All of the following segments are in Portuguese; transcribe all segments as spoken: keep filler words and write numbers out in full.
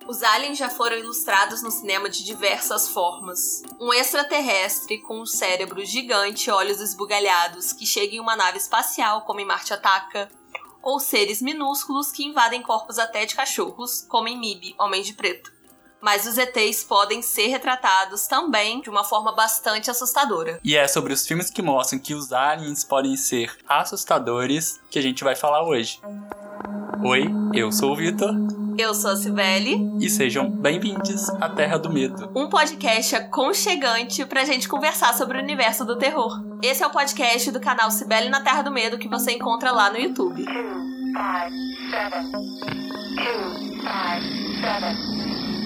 Os aliens já foram ilustrados no cinema de diversas formas. Um extraterrestre com um cérebro gigante e olhos esbugalhados que chega em uma nave espacial como em Marte Ataca, ou seres minúsculos que invadem corpos até de cachorros, como em M I B, Homem de Preto. Mas os E Tês podem ser retratados também de uma forma bastante assustadora. E é sobre os filmes que mostram que os aliens podem ser assustadores que a gente vai falar hoje. Oi, eu sou o Vitor. Eu sou a Cibele. E sejam bem-vindos à Terra do Medo. Um podcast aconchegante pra gente conversar sobre o universo do terror. Esse é o podcast do canal Cibele na Terra do Medo que você encontra lá no YouTube. two five seven two five seven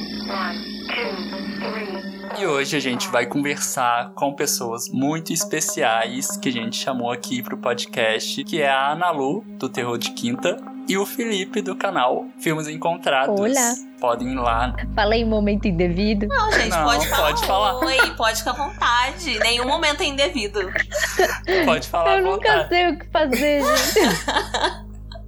E hoje a gente vai conversar com pessoas muito especiais que a gente chamou aqui pro podcast, que é a Ana Lu, do Terror de Quinta, e o Felipe, do canal Filmes Encontrados. Olá. Podem ir lá. Falei em momento indevido? Não, gente, Não, pode falar. Pode falar. Oi, pode ficar à vontade. Nenhum momento é indevido. Pode falar. Eu nunca vontade. sei o que fazer, gente.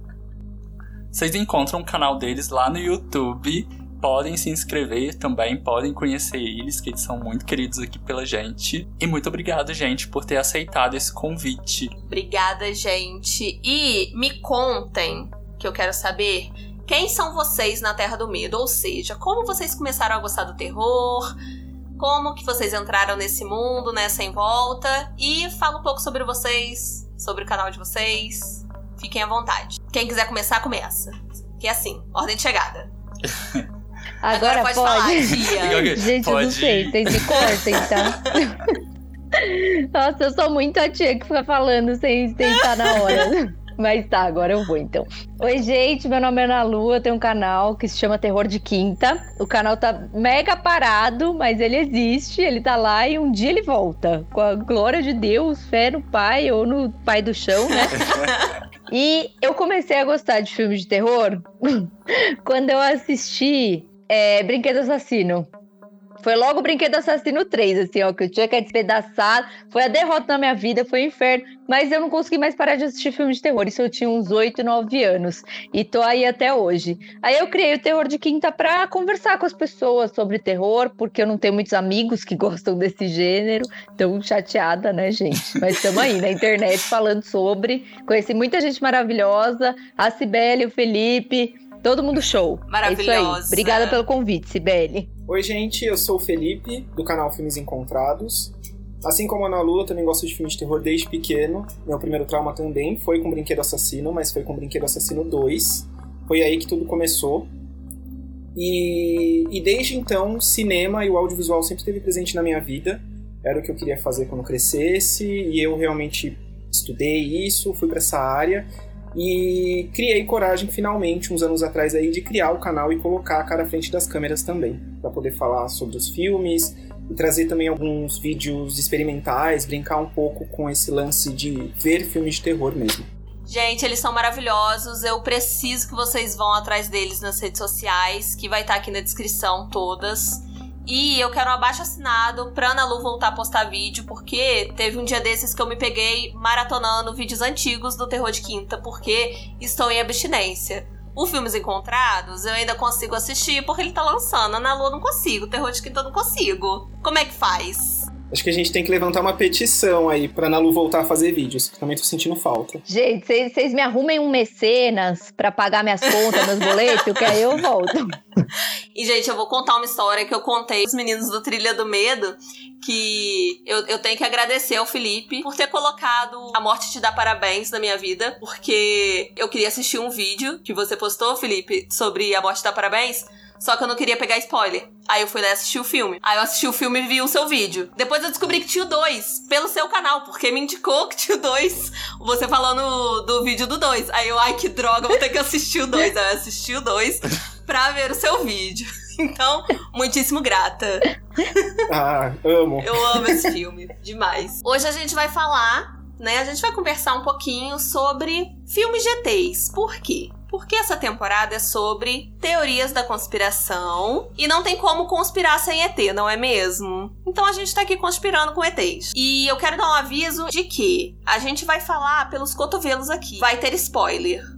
Vocês encontram o canal deles lá no YouTube. Podem se inscrever também, podem conhecer eles, que eles são muito queridos aqui pela gente. E muito obrigado, gente, por ter aceitado esse convite. Obrigada, gente. E me contem, que eu quero saber, quem são vocês na Terra do Medo? Ou seja, como vocês começaram a gostar do terror? Como que vocês entraram nesse mundo, nessa envolta? E fala um pouco sobre vocês, sobre o canal de vocês. Fiquem à vontade. Quem quiser começar, começa. Que é assim, ordem de chegada. Agora, Agora pode, pode falar, tia. Gente, pode. Eu não sei, vocês me cortem, tá? Nossa, eu sou muito a tia que fica falando sem estar na hora. Mas tá, agora eu vou então. Oi, gente, meu nome é Ana Lu, eu tenho um canal que se chama Terror de Quinta. O canal tá mega parado, mas ele existe, ele tá lá e um dia ele volta. Com a glória de Deus, fé no Pai ou no Pai do Chão, né? E eu comecei a gostar de filmes de terror quando eu assisti é, Brinquedo Assassino. Foi logo o Brinquedo Assassino três, assim, ó, que eu tinha que despedaçar. Foi a derrota na minha vida, foi um inferno. Mas eu não consegui mais parar de assistir filme de terror. Isso eu tinha uns oito, nove anos. E tô aí até hoje. Aí eu criei o Terror de Quinta pra conversar com as pessoas sobre terror, porque eu não tenho muitos amigos que gostam desse gênero. Tô chateada, né, gente? Mas estamos aí na internet falando sobre. Conheci muita gente maravilhosa. A Cibele, o Felipe... Todo mundo show. Maravilhosa. É isso aí. Obrigada pelo convite, Cibele. Oi, gente. Eu sou o Felipe, do canal Filmes Encontrados. Assim como a Ana Lu, eu também gosto de filmes de terror desde pequeno. Meu primeiro trauma também foi com Brinquedo Assassino, mas foi com Brinquedo Assassino dois. Foi aí que tudo começou. E, e desde então, cinema e o audiovisual sempre esteve presente na minha vida. Era o que eu queria fazer quando crescesse. E eu realmente estudei isso, fui para essa área. E criei coragem, finalmente, uns anos atrás, aí, de criar o canal e colocar a cara à frente das câmeras também, para poder falar sobre os filmes e trazer também alguns vídeos experimentais, brincar um pouco com esse lance de ver filmes de terror mesmo. Gente, eles são maravilhosos, eu preciso que vocês vão atrás deles nas redes sociais, que vai estar aqui na descrição todas. E eu quero um abaixo-assinado pra Ana Lu voltar a postar vídeo, porque teve um dia desses que eu me peguei maratonando vídeos antigos do Terror de Quinta, porque estou em abstinência. O Filmes Encontrados eu ainda consigo assistir porque ele tá lançando. Ana Lu eu não consigo, o Terror de Quinta eu não consigo. Como é que faz? Acho que a gente tem que levantar uma petição aí pra Ana Lu voltar a fazer vídeos, que também tô sentindo falta. Gente, vocês me arrumem um mecenas pra pagar minhas contas, meus boletos, que aí eu volto. E, gente, eu vou contar uma história que eu contei aos meninos do Trilha do Medo, que eu, eu tenho que agradecer ao Felipe por ter colocado A Morte Te Dá Parabéns na minha vida, porque eu queria assistir um vídeo que você postou, Felipe, sobre A Morte Te Dá Parabéns, só que eu não queria pegar spoiler. Aí eu fui lá assistir o filme. Aí eu assisti o filme e vi o seu vídeo. Depois eu descobri que tinha o dois, pelo seu canal, porque me indicou que tinha o dois. Você falou no, do vídeo do dois. Aí eu, ai que droga, vou ter que assistir o dois. Aí eu assisti o dois pra ver o seu vídeo. Então, muitíssimo grata. Ah, amo. Eu amo esse filme, demais. Hoje a gente vai falar, né, a gente vai conversar um pouquinho sobre filmes de E Tês. Por quê? Porque essa temporada é sobre teorias da conspiração e não tem como conspirar sem E T, não é mesmo? Então a gente tá aqui conspirando com E Tês. E eu quero dar um aviso de que a gente vai falar pelos cotovelos aqui. Vai ter spoiler.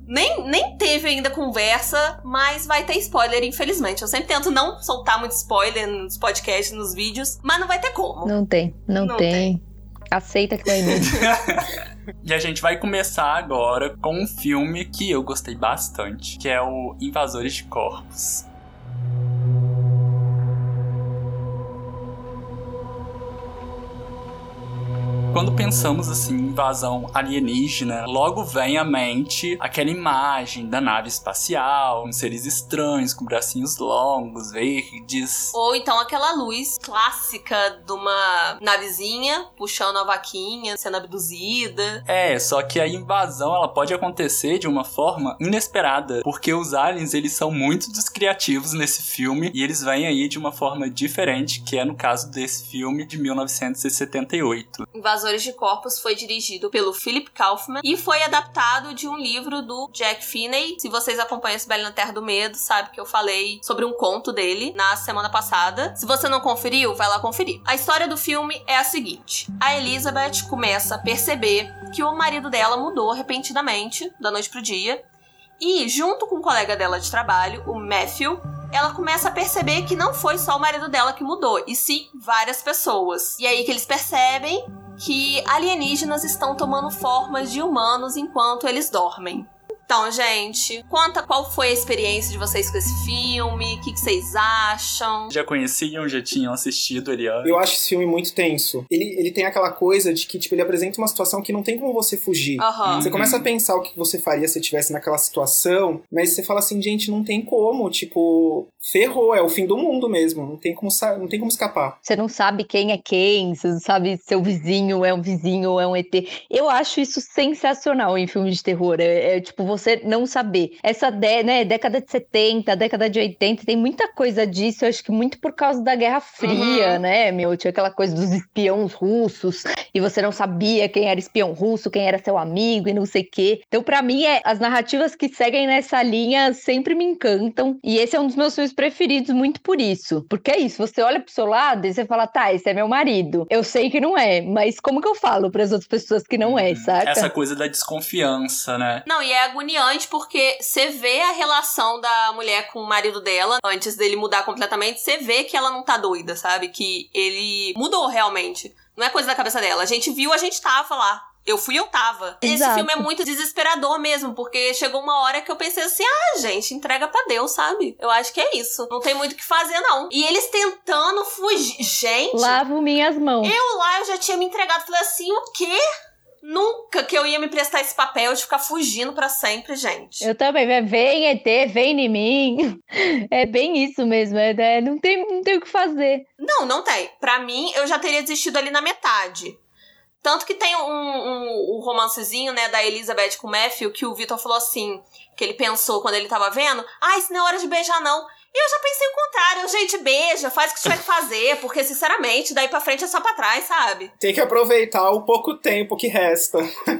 Nem, nem teve ainda conversa, mas vai ter spoiler, infelizmente. Eu sempre tento não soltar muito spoiler nos podcasts, nos vídeos, mas não vai ter como. Não tem, não, Não tem. tem. Aceita que vai mesmo. E a gente vai começar agora com um filme que eu gostei bastante, que é o Invasores de Corpos. Quando pensamos assim, em invasão alienígena, logo vem à mente aquela imagem da nave espacial, uns seres estranhos com bracinhos longos, verdes. Ou então aquela luz clássica de uma navezinha puxando a vaquinha, sendo abduzida. É, só que a invasão ela pode acontecer de uma forma inesperada, porque os aliens eles são muito descriativos nesse filme e eles vêm aí de uma forma diferente, que é no caso desse filme de mil novecentos e setenta e oito. Invasores de Corpos foi dirigido pelo Philip Kaufman e foi adaptado de um livro do Jack Finney. Se vocês acompanham esse Bela na Terra do Medo, sabe que eu falei sobre um conto dele na semana passada. Se você não conferiu, vai lá conferir. A história do filme é a seguinte. A Elizabeth começa a perceber que o marido dela mudou repentinamente, da noite pro dia, e junto com um colega dela de trabalho, o Matthew, ela começa a perceber que não foi só o marido dela que mudou, e sim várias pessoas. E aí que eles percebem que alienígenas estão tomando formas de humanos enquanto eles dormem. Então, gente, conta qual foi a experiência de vocês com esse filme, o que, que vocês acham? Já conheciam, já tinham assistido ele antes? Eu acho esse filme muito tenso. Ele, ele tem aquela coisa de que, tipo, ele apresenta uma situação que não tem como você fugir. Uhum. Você começa a pensar o que você faria se estivesse naquela situação, mas você fala assim, gente, não tem como, tipo, ferrou, é o fim do mundo mesmo, não tem como, não tem como escapar. Você não sabe quem é quem, você não sabe se seu vizinho é um vizinho ou é um E T. Eu acho isso sensacional em filmes de terror, é, é tipo, você não saber. Essa de, né, década de setenta, década de oitenta, tem muita coisa disso, eu acho que muito por causa da Guerra Fria, uhum. né, meu? Tinha aquela coisa dos espiões russos, e você não sabia quem era espião russo, quem era seu amigo e não sei o quê. Então, pra mim, é, as narrativas que seguem nessa linha sempre me encantam, e esse é um dos meus filmes preferidos muito por isso. Porque é isso, você olha pro seu lado e você fala, tá, esse é meu marido. Eu sei que não é, mas como que eu falo pras outras pessoas que não é, saca? Essa coisa da desconfiança, né? Não, e é agoniante porque você vê a relação da mulher com o marido dela, antes dele mudar completamente, você vê que ela não tá doida, sabe? Que ele mudou realmente. Não é coisa da cabeça dela. A gente viu, a gente tava lá. Eu fui, eu tava. Exato. Esse filme é muito desesperador mesmo, porque chegou uma hora que eu pensei assim, ah, gente, entrega pra Deus, sabe? Eu acho que é isso. Não tem muito o que fazer, não. E eles tentando fugir. Gente... Lavo minhas mãos. Eu lá, eu já tinha me entregado. Falei assim, o quê? Nunca que eu ia me prestar esse papel de ficar fugindo pra sempre, gente. Eu também. Vem, E T, vem em mim. É bem isso mesmo. É, é, não, tem, não tem o que fazer. Não, não tem. Pra mim, eu já teria desistido ali na metade. Tanto que tem um, um, um romancezinho, né, da Elizabeth com o Matthew, que o Vitor falou assim, que ele pensou quando ele tava vendo, ah, isso não é hora de beijar, não. E eu já pensei o contrário, gente, beija, faz o que tiver que fazer, porque, sinceramente, daí pra frente é só pra trás, sabe? Tem que aproveitar o pouco tempo que resta.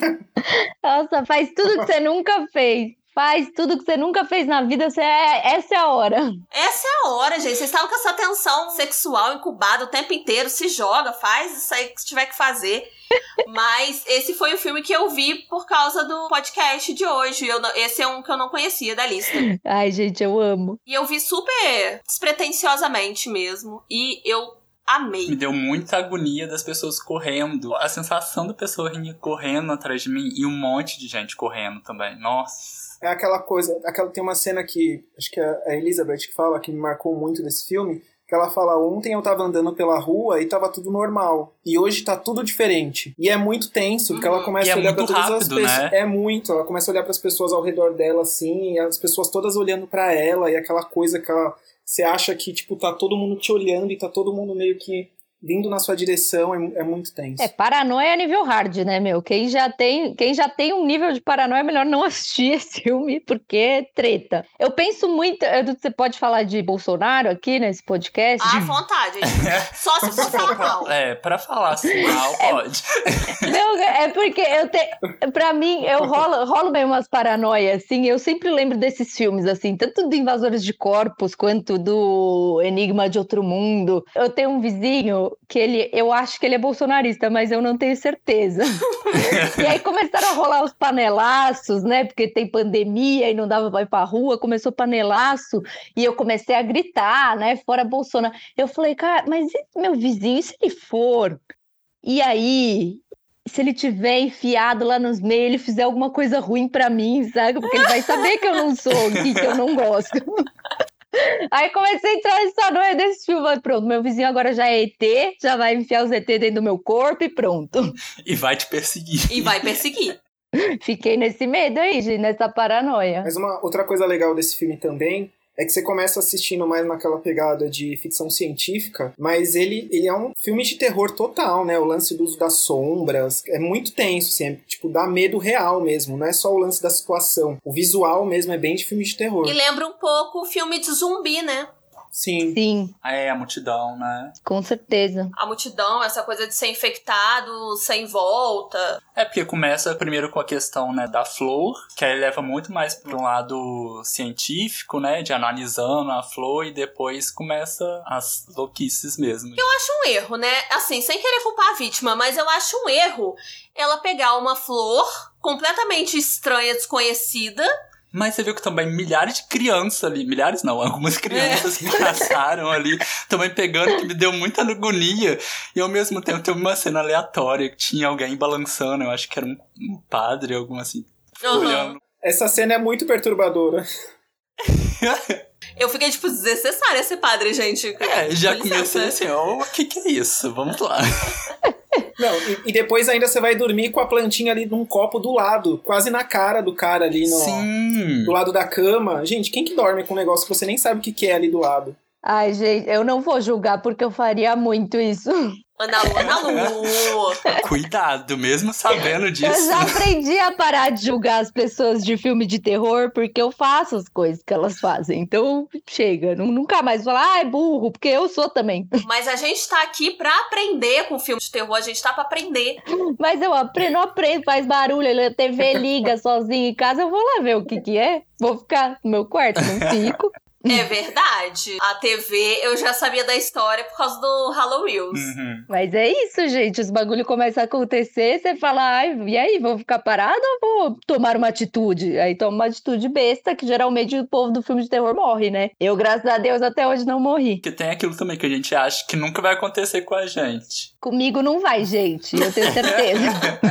Nossa, faz tudo que você nunca fez. Faz tudo que você nunca fez na vida, você é... essa é a hora. Essa é a hora, gente. Vocês estavam com essa tensão sexual incubada o tempo inteiro, se joga, faz isso aí que tiver que fazer. Mas esse foi o filme que eu vi por causa do podcast de hoje. Eu, esse é um que eu não conhecia da lista. Ai, gente, eu amo. E eu vi super despretensiosamente mesmo. E eu amei. Me deu muita agonia das pessoas correndo. A sensação da pessoa correndo atrás de mim e um monte de gente correndo também. Nossa. É aquela coisa, aquela, tem uma cena que, acho que é a Elizabeth que fala, que me marcou muito desse filme, que ela fala, ontem eu tava andando pela rua e tava tudo normal, e hoje tá tudo diferente. E é muito tenso, porque ela começa a olhar pra todas as pessoas. Né? É muito, ela começa a olhar pras pessoas ao redor dela, assim, e as pessoas todas olhando pra ela, e aquela coisa que ela, você acha que, tipo, tá todo mundo te olhando e tá todo mundo meio que vindo na sua direção, é, é muito tenso. É, paranoia é nível hard, né, meu? Quem já tem, quem já tem um nível de paranoia, é melhor não assistir esse filme, porque é treta. Eu penso muito... Você pode falar de Bolsonaro aqui nesse podcast? À vontade. Só se for falar mal. É, pra falar assim mal, pode. É, não, é porque eu tenho... Pra mim, eu rolo, rolo bem umas paranoias, assim, eu sempre lembro desses filmes, assim, tanto do Invasores de Corpos, quanto do Enigma de Outro Mundo. Eu tenho um vizinho... falou que ele, eu acho que ele é bolsonarista, mas eu não tenho certeza. E aí começaram a rolar os panelaços, né? Porque tem pandemia e não dava pra ir pra rua, começou panelaço, e eu comecei a gritar, né? Fora Bolsonaro. Eu falei, cara, mas e meu vizinho, e se ele for? E aí, se ele tiver enfiado lá nos meios, ele fizer alguma coisa ruim pra mim, sabe? Porque ele vai saber que eu não sou, que, que eu não gosto. Aí comecei a entrar nessa noia desse filme, mas pronto, meu vizinho agora já é E T, já vai enfiar os E T dentro do meu corpo e pronto. E vai te perseguir. E vai perseguir. Fiquei nesse medo aí, gente, nessa paranoia. Mas uma outra coisa legal desse filme também é que você começa assistindo mais naquela pegada de ficção científica, mas ele, ele é um filme de terror total, né? O lance do uso das sombras é muito tenso, assim, tipo, dá medo real mesmo, não é só o lance da situação. O visual mesmo é bem de filme de terror. E lembra um pouco o filme de zumbi, né? Sim. Sim. É, a multidão, né? Com certeza. A multidão, essa coisa de ser infectado sem volta. É porque começa primeiro com a questão, né, da flor, que aí leva muito mais para um lado científico, né, de analisando a flor, e depois começa as louquices mesmo. Eu acho um erro, né? Assim, sem querer culpar a vítima, mas eu acho um erro ela pegar uma flor completamente estranha, desconhecida. Mas você viu que também milhares de crianças ali, milhares não, algumas crianças é. passaram ali, também pegando, que me deu muita agonia. E ao mesmo tempo teve uma cena aleatória, que tinha alguém balançando, eu acho que era um, um padre, algum assim, uhum. olhando. Essa cena é muito perturbadora. Eu fiquei, tipo, desnecessária esse padre, gente. É, já comecei assim, ó, o que que é isso? Vamos lá. Não, e, e depois ainda você vai dormir com a plantinha ali num copo do lado, quase na cara do cara ali, no, Sim. do lado da cama. Gente, quem que dorme com um negócio que você nem sabe o que, que é ali do lado? Ai, gente, eu não vou julgar porque eu faria muito isso. Ana Lu, Ana Lu. Cuidado, mesmo sabendo disso. Eu já aprendi a parar de julgar as pessoas de filme de terror porque eu faço as coisas que elas fazem. Então, chega. Nunca mais falar, ah, é burro, porque eu sou também. Mas a gente tá aqui pra aprender com filme de terror. A gente tá pra aprender. Mas eu aprendo, não aprendo, faz barulho, a T V liga sozinha em casa, eu vou lá ver o que que é. Vou ficar no meu quarto, não fico. É verdade. A T V, eu já sabia da história por causa do Halloween. Uhum. Mas é isso, gente. Os bagulho começam a acontecer, você fala, ai, e aí, vou ficar parado ou vou tomar uma atitude? Aí toma uma atitude besta, que geralmente o povo do filme de terror morre, né? Eu, graças a Deus, até hoje não morri. Porque tem aquilo também que a gente acha que nunca vai acontecer com a gente. Comigo não vai, gente. Eu tenho certeza.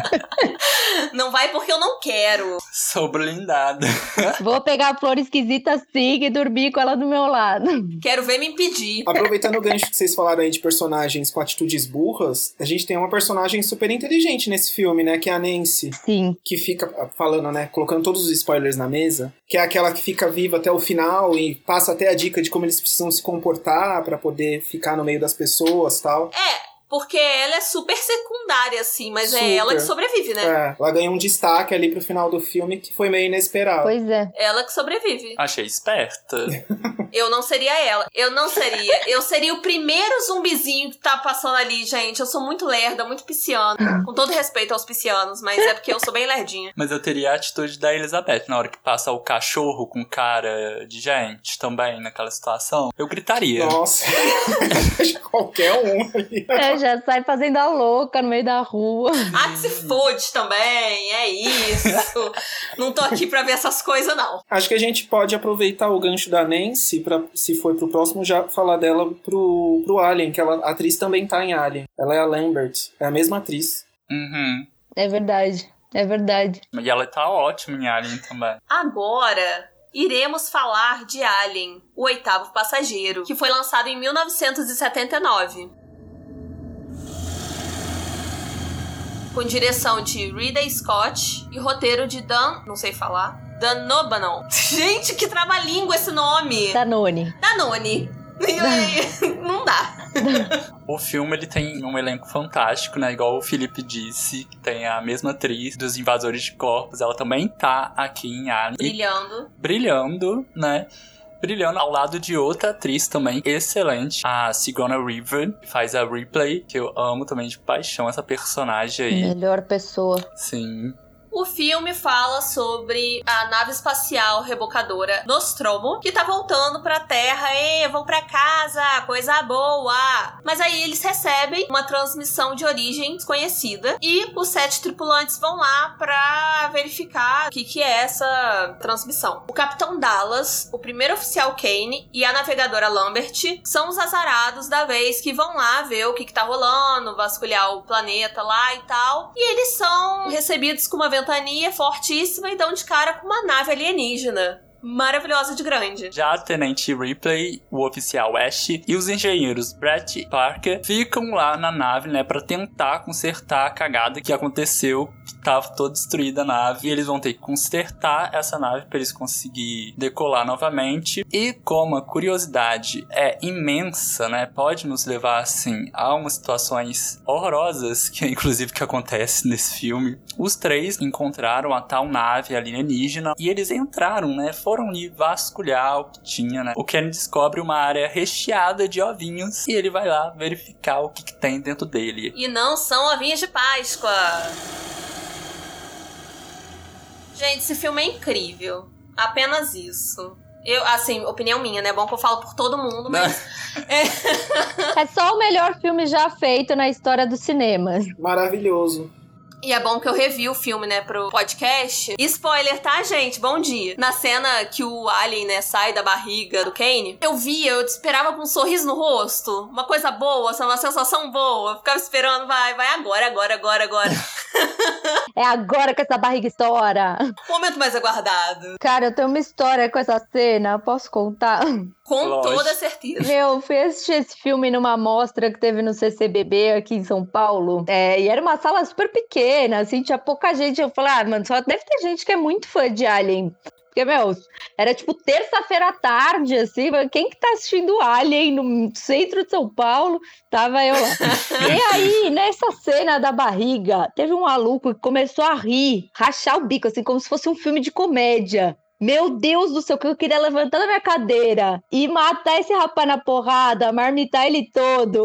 Não vai porque eu não quero. Sou blindada. Vou pegar a flor esquisita assim e dormir com ela do meu lado. Quero ver me impedir. Aproveitando o gancho que vocês falaram aí de personagens com atitudes burras, a gente tem uma personagem super inteligente nesse filme, né? Que é a Nancy. Sim. Que fica falando, né? Colocando todos os spoilers na mesa. Que é aquela que fica viva até o final e passa até a dica de como eles precisam se comportar pra poder ficar no meio das pessoas e tal. É. Porque ela é super secundária, assim, mas super. É ela que sobrevive, né? É, ela ganha um destaque ali pro final do filme que foi meio inesperado. Pois é. Ela que sobrevive. Achei esperta. Eu não seria ela. Eu não seria. Eu seria o primeiro zumbizinho que tá passando ali, gente. Eu sou muito lerda, muito pisciana. Com todo respeito aos piscianos, mas é porque eu sou bem lerdinha. Mas eu teria a atitude da Elizabeth na hora que passa o cachorro com cara de gente também naquela situação. Eu gritaria. Nossa. Qualquer um ali. É, já sai fazendo a louca no meio da rua. Ah, que se fode também, é isso. Não tô aqui pra ver essas coisas, não. Acho que a gente pode aproveitar o gancho da Nancy, pra, se for pro próximo, já falar dela pro, pro Alien, que ela, a atriz também tá em Alien. Ela é a Lambert, é a mesma atriz. Uhum. É verdade, é verdade. E ela tá ótima em Alien também. Agora... iremos falar de Alien, o Oitavo Passageiro, que foi lançado em mil novecentos e setenta e nove. Com direção de Ridley Scott e roteiro de Dan... não sei falar. Dan O'Bannon. Gente, que trava-língua esse nome! Danone. Danone. Não dá. O filme, ele tem um elenco fantástico, né? Igual o Felipe disse, que tem a mesma atriz dos Invasores de Corpos. Ela também tá aqui em Alien. Brilhando. Brilhando, né? Brilhando ao lado de outra atriz também excelente, a Sigourney Weaver, que faz a Ripley, que eu amo também de paixão essa personagem aí. Melhor pessoa. Sim. O filme fala sobre a nave espacial rebocadora Nostromo, que tá voltando pra Terra. Ê, vão pra casa, coisa boa! Mas aí eles recebem uma transmissão de origem desconhecida e os sete tripulantes vão lá pra verificar o que, que é essa transmissão. O Capitão Dallas, o primeiro oficial Kane e a navegadora Lambert são os azarados da vez que vão lá ver o que, que tá rolando, vasculhar o planeta lá e tal. E eles são recebidos com uma ventania fortíssima e dão de cara com uma nave alienígena maravilhosa de grande. Já a Tenente Ripley, o oficial Ash e os engenheiros Brett e Parker ficam lá na nave, né, pra tentar consertar a cagada que aconteceu, que tava toda destruída a nave, e eles vão ter que consertar essa nave pra eles conseguirem decolar novamente. E como a curiosidade é imensa, né, pode nos levar, assim, a umas situações horrorosas, que inclusive que acontece nesse filme, os três encontraram a tal nave alienígena e eles entraram, né, foram ali vasculhar o que tinha, né? O Kenny descobre uma área recheada de ovinhos e ele vai lá verificar o que, que tem dentro dele. E não são ovinhos de Páscoa. Gente, esse filme é incrível. Apenas isso. Eu, assim, opinião minha, né? Bom que eu falo por todo mundo, mas... é... é só o melhor filme já feito na história do cinema. Maravilhoso. E é bom que eu revi o filme, né, pro podcast. Spoiler, tá, gente? Bom dia. Na cena que o Alien, né, sai da barriga do Kane, eu via, eu esperava com um sorriso no rosto. Uma coisa boa, uma sensação boa. Eu ficava esperando, vai, vai agora, agora, agora, agora. É agora que essa barriga estoura. O momento mais aguardado. Cara, eu tenho uma história com essa cena, posso contar? Com Lógico. toda certeza. Meu, fui assistir esse filme numa mostra que teve no C C B B aqui em São Paulo. É, e era uma sala super pequena, assim, tinha pouca gente. Eu falei, ah, mano, só deve ter gente que é muito fã de Alien. Porque, meu, era tipo terça-feira à tarde, assim, quem que tá assistindo Alien no centro de São Paulo? Tava eu lá. E aí, nessa cena da barriga, teve um maluco que começou a rir, rachar o bico, assim, como se fosse um filme de comédia. Meu Deus do céu, que eu queria levantar da minha cadeira e matar esse rapaz na porrada, marmitar ele todo.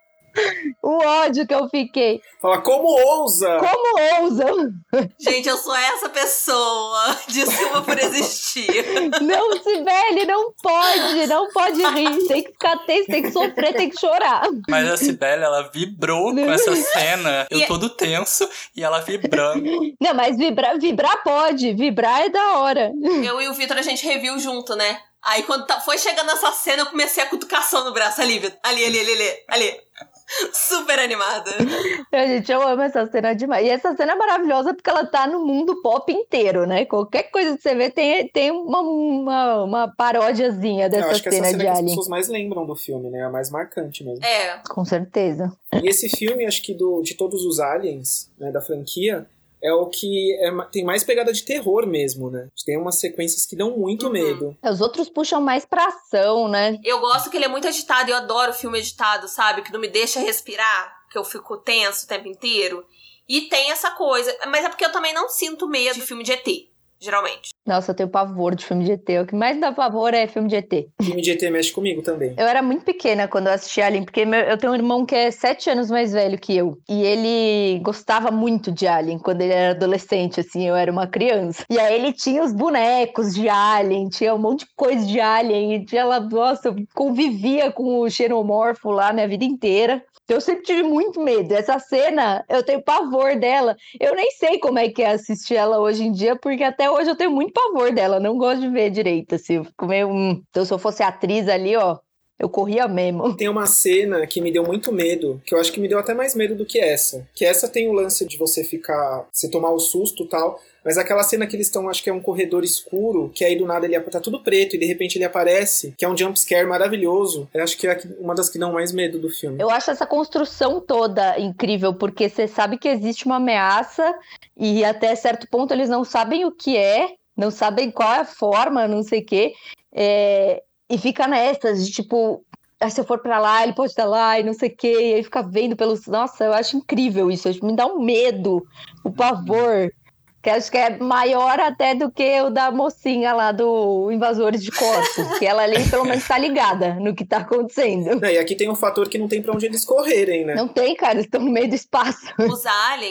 O ódio que eu fiquei. Fala, como ousa? Como ousa? Gente, eu sou essa pessoa. Desculpa por existir. Não, Cibele, não pode, não pode rir. Tem que ficar tenso, tem que sofrer, tem que chorar. Mas a Cibele, ela vibrou com essa cena. Eu todo tenso e ela vibrando. Não, mas vibrar, vibrar pode. Vibrar é da hora. Eu e o Vitor, a gente reviu junto, né? Aí quando tá, foi chegando nessa cena, eu comecei a cutucação no braço. Ali, Vitor. Ali, ali, ali, ali. ali. Super animada. Gente, eu amo essa cena demais. E essa cena é maravilhosa porque ela tá no mundo pop inteiro, né? Qualquer coisa que você vê tem, tem uma, uma, uma paródiazinha dessa eu acho que cena essa cena de que Alien. as pessoas mais lembram do filme, né? A mais marcante mesmo. É. Com certeza. E esse filme, acho que do, de todos os Aliens, né, da franquia, é o que é, tem mais pegada de terror mesmo, né? Tem umas sequências que dão muito uhum. medo. É, os outros puxam mais pra ação, né? Eu gosto que ele é muito agitado, eu adoro filme agitado, sabe? Que não me deixa respirar, que eu fico tenso o tempo inteiro. E tem essa coisa, mas é porque eu também não sinto medo de filme de E T, geralmente. Nossa, eu tenho pavor de filme de E T. O que mais dá pavor é filme de E T. Filme de E T mexe comigo também. Eu era muito pequena quando eu assisti Alien, porque meu, eu tenho um irmão que é sete anos mais velho que eu. E ele gostava muito de Alien quando ele era adolescente, assim, eu era uma criança. E aí ele tinha os bonecos de Alien, tinha um monte de coisa de Alien. E tinha lá, nossa, eu convivia com o xenomorfo lá minha vida inteira. Eu sempre tive muito medo. Essa cena, eu tenho pavor dela. Eu nem sei como é que é assistir ela hoje em dia, porque até hoje eu tenho muito pavor dela. Não gosto de ver direito, assim. Eu fico meio... Hum. Então, se eu fosse atriz ali, ó, eu corria mesmo. Tem uma cena que me deu muito medo, que eu acho que me deu até mais medo do que essa. Que essa tem o lance de você ficar... Você tomar o susto e tal... Mas aquela cena que eles estão, acho que é um corredor escuro, que aí do nada ele tá tudo preto e de repente ele aparece, que é um jumpscare maravilhoso. Eu acho que é uma das que dão mais medo do filme. Eu acho essa construção toda incrível, porque você sabe que existe uma ameaça e até certo ponto eles não sabem o que é, não sabem qual é a forma, não sei o quê, é... e fica nessas de tipo... Ah, se eu for pra lá, ele pode estar lá e não sei o quê, e aí fica vendo pelos... Nossa, eu acho incrível isso, me dá um medo, o pavor... Que acho que é maior até do que o da mocinha lá do Invasores de Corpos. Que ela ali pelo menos tá ligada no que tá acontecendo. É, e aqui tem um fator que não tem pra onde eles correrem, né? Não tem, cara, eles estão no meio do espaço. Os aliens,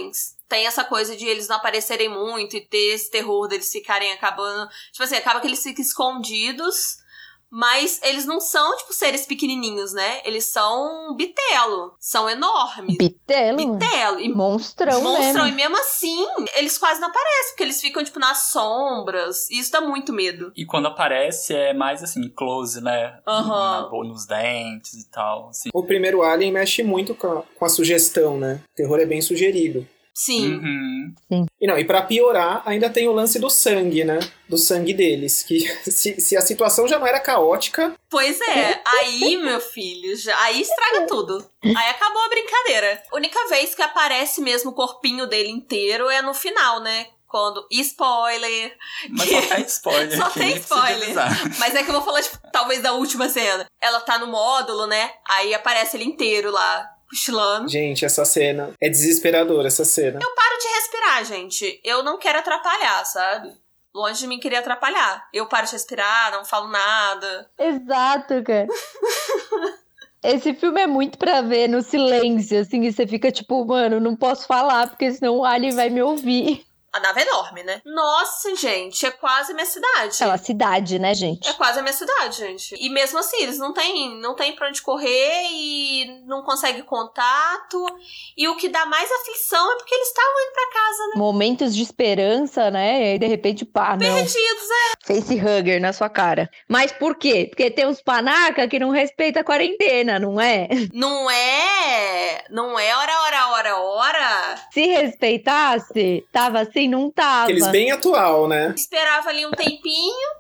tem essa coisa de eles não aparecerem muito e ter esse terror deles ficarem acabando... Tipo assim, acaba que eles ficam escondidos... Mas eles não são, tipo, seres pequenininhos, né? Eles são bitelo. São enormes. Bitelo? Bitelo. E monstrão, monstrão. mesmo. E mesmo assim, eles quase não aparecem. Porque eles ficam, tipo, nas sombras. E isso dá muito medo. E quando aparece, é mais, assim, close, né? Aham. Uhum. Nos dentes e tal, assim. O primeiro Alien mexe muito com a, com a sugestão, né? O terror é bem sugerido. Sim. Uhum. Sim. E não, e pra piorar, ainda tem o lance do sangue, né? Do sangue deles. Que se, se a situação já não era caótica... Pois é. Aí, meu filho, já, aí estraga tudo. Aí acabou a brincadeira. A única vez que aparece mesmo o corpinho dele inteiro é no final, né? Quando... Spoiler! Mas que... só tem spoiler. Só aqui, tem nem precisa spoiler. avisar. Mas é que eu vou falar, tipo, talvez da última cena. Ela tá no módulo, né? Aí aparece ele inteiro lá, cochilando. Gente, essa cena é desesperadora, essa cena. Eu paro de respirar, gente. Eu não quero atrapalhar, sabe? Longe de mim querer atrapalhar. Eu paro de respirar, não falo nada. Exato, cara. Esse filme é muito pra ver no silêncio, assim, e você fica tipo, mano, não posso falar, porque senão o Alien vai me ouvir. A nave é enorme, né? Nossa, gente, é quase a minha cidade. É uma cidade, né, gente? É quase a minha cidade, gente. E mesmo assim, eles não têm, não têm pra onde correr e não conseguem contato. E o que dá mais aflição é porque eles estavam indo pra casa, né? Momentos de esperança, né? E aí, de repente, pá, não. Perdidos, é. Facehugger na sua cara. Mas por quê? Porque tem uns panaca que não respeitam a quarentena, não é? Não é... Não é hora, hora, hora, hora. Se respeitasse, tava assim, não tava. Aqueles bem atual, né? Esperava ali um tempinho.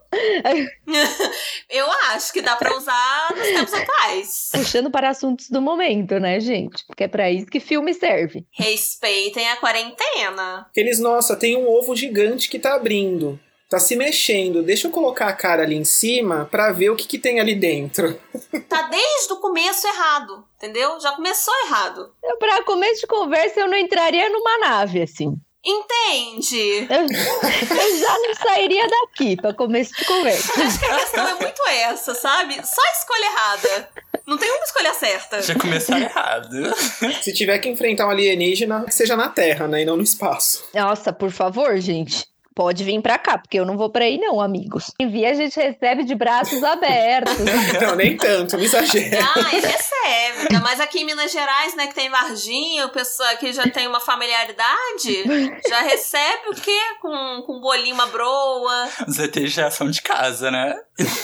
Eu acho que dá pra usar nos tempos atuais. Puxando para assuntos do momento, né, gente? Porque é pra isso que filme serve. Respeitem a quarentena. Aqueles, nossa, tem um ovo gigante que tá abrindo. Tá se mexendo. Deixa eu colocar a cara ali em cima pra ver o que, que tem ali dentro. Tá desde o começo errado, entendeu? Já começou errado. Eu, pra começo de conversa, eu não entraria numa nave, assim. Entende? Eu, eu já não sairia daqui pra começo de conversa. Acho que a questão é muito essa, sabe? Só escolha errada. Não tem uma escolha certa. Já começaram errado. Se tiver que enfrentar um alienígena, que seja na Terra, né? E não no espaço. Nossa, por favor, gente. Pode vir pra cá, porque eu não vou pra aí não, amigos. Envia, a gente recebe de braços abertos. Não, nem tanto, não exagera. Ah, ele recebe. Ainda mais aqui em Minas Gerais, né, que tem Varginha, o pessoal aqui já tem uma familiaridade, já recebe o quê? Com, com um bolinho, uma broa. Os E Tês já são de casa, né?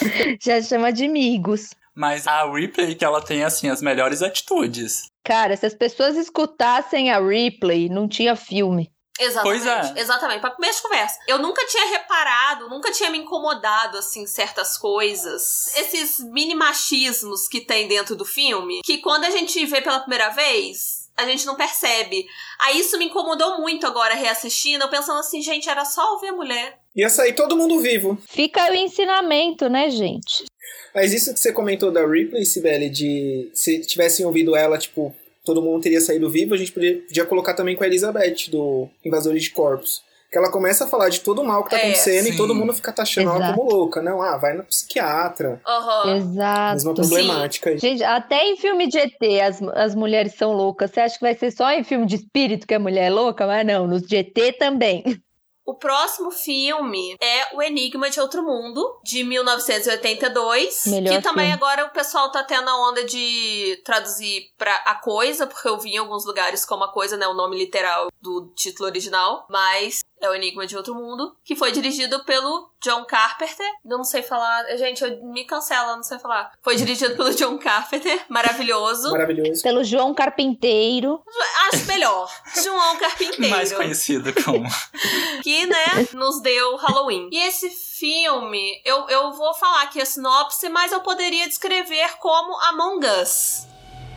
Já chama de amigos. Mas a Ripley, que ela tem, assim, as melhores atitudes. Cara, se as pessoas escutassem a Ripley, não tinha filme. Exatamente, Pois é. exatamente, pra começo de conversa. Eu nunca tinha reparado, nunca tinha me incomodado, assim, certas coisas. Esses mini machismos que tem dentro do filme, que quando a gente vê pela primeira vez, a gente não percebe. Aí isso me incomodou muito agora, reassistindo, eu pensando assim, gente, era só ouvir a mulher. Ia sair todo mundo vivo. Fica o ensinamento, né, gente? Mas isso que você comentou da Ripley, Sibeli, de se tivessem ouvido ela, tipo, todo mundo teria saído vivo, a gente podia, podia colocar também com a Elizabeth, do Invasores de Corpos. Que ela começa a falar de todo o mal que tá É, acontecendo sim. e todo mundo fica taxando ela Exato. como louca. Não, ah, vai na psiquiatra. Aham. Exato. Mesma problemática aí. Gente, até em filme de E T as, as mulheres são loucas. Você acha que vai ser só em filme de espírito que a mulher é louca? Mas não, nos de E T também. O próximo filme é O Enigma de Outro Mundo, de mil novecentos e oitenta e dois. Melhor que também filme. agora o pessoal tá tendo a onda de traduzir pra A Coisa, porque eu vi em alguns lugares como A Coisa, né, o nome literal do título original. Mas é O Enigma de Outro Mundo, que foi dirigido pelo John Carpenter. Eu não sei falar... Gente, eu me cancela, eu não sei falar. Foi dirigido pelo John Carpenter, maravilhoso. Maravilhoso. Pelo João Carpinteiro. Acho melhor. João Carpinteiro. Mais conhecido como... Que, né, nos deu Halloween. E esse filme, eu, eu vou falar aqui a sinopse, mas eu poderia descrever como Among Us.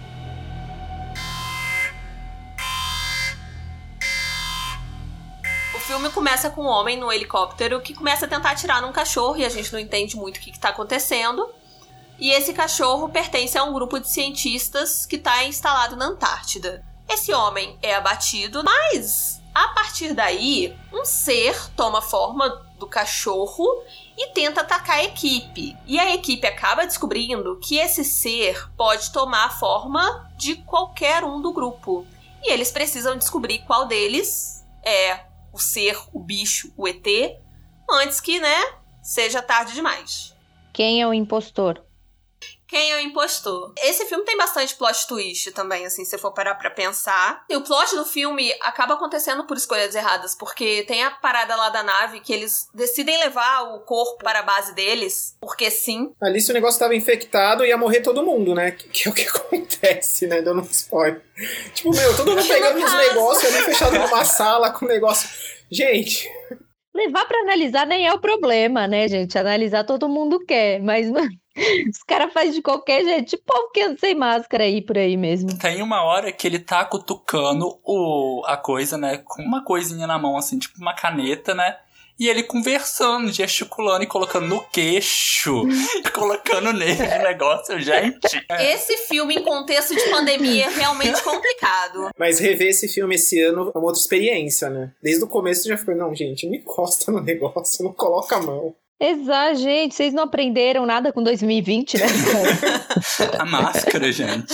O filme começa com um homem no helicóptero que começa a tentar atirar num cachorro e a gente não entende muito o que está acontecendo. E esse cachorro pertence a um grupo de cientistas que está instalado na Antártida. Esse homem é abatido, mas a partir daí, um ser toma forma do cachorro e tenta atacar a equipe. E a equipe acaba descobrindo que esse ser pode tomar a forma de qualquer um do grupo. E eles precisam descobrir qual deles é o ser, o bicho, o E T, antes que, né, seja tarde demais. Quem é o impostor? Quem é o impostor? Esse filme tem bastante plot twist também, assim, se for parar pra pensar. E o plot do filme acaba acontecendo por escolhas erradas, porque tem a parada lá da nave que eles decidem levar o corpo para a base deles, porque sim. Ali, se o negócio tava infectado, ia morrer todo mundo, né? Que, que é o que acontece, né? Dando um spoiler. Tipo, meu, todo mundo pegando uns negócios ali, fechado numa sala com negócio. Gente... Levar pra analisar nem é o problema, né, gente? Analisar todo mundo quer, mas os caras fazem de qualquer jeito. Tipo, povo que anda sem máscara aí por aí mesmo. Tem uma hora que ele tá cutucando o, a coisa, né? Com uma coisinha na mão, assim, tipo uma caneta, né? E ele conversando, gesticulando e colocando no queixo. E colocando nele o negócio, gente. Esse filme, em contexto de pandemia, é realmente complicado. Mas rever esse filme esse ano é uma outra experiência, né? Desde o começo você já ficou, não, gente, não encosta no negócio, não coloca a mão. Exato, gente. Vocês não aprenderam nada com dois mil e vinte, né? A máscara, gente.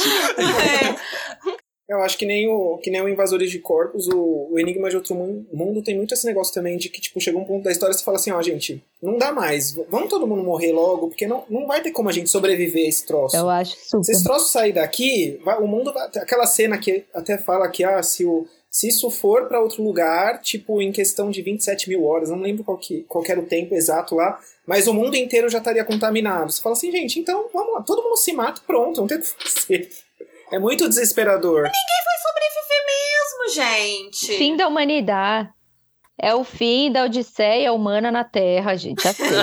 É. Eu acho que nem o, que nem o Invasores de Corpos, o, o Enigma de Outro Mundo tem muito esse negócio também de que, tipo, chega um ponto da história e você fala assim, ó, gente, não dá mais, vamos todo mundo morrer logo, porque não, não vai ter como a gente sobreviver a esse troço. Eu acho super. Se esse troço sair daqui, vai, o mundo vai... Aquela cena que até fala que, ah, se, o, se isso for pra outro lugar, tipo, em questão de vinte e sete mil horas, não lembro qual, que, qual que era o tempo exato lá, mas o mundo inteiro já estaria contaminado. Você fala assim, gente, então, vamos lá, todo mundo se mata, pronto, não tem o que fazer. É muito desesperador. Ninguém vai sobreviver mesmo, gente. Fim da humanidade. É o fim da odisseia humana na Terra, gente. Assim.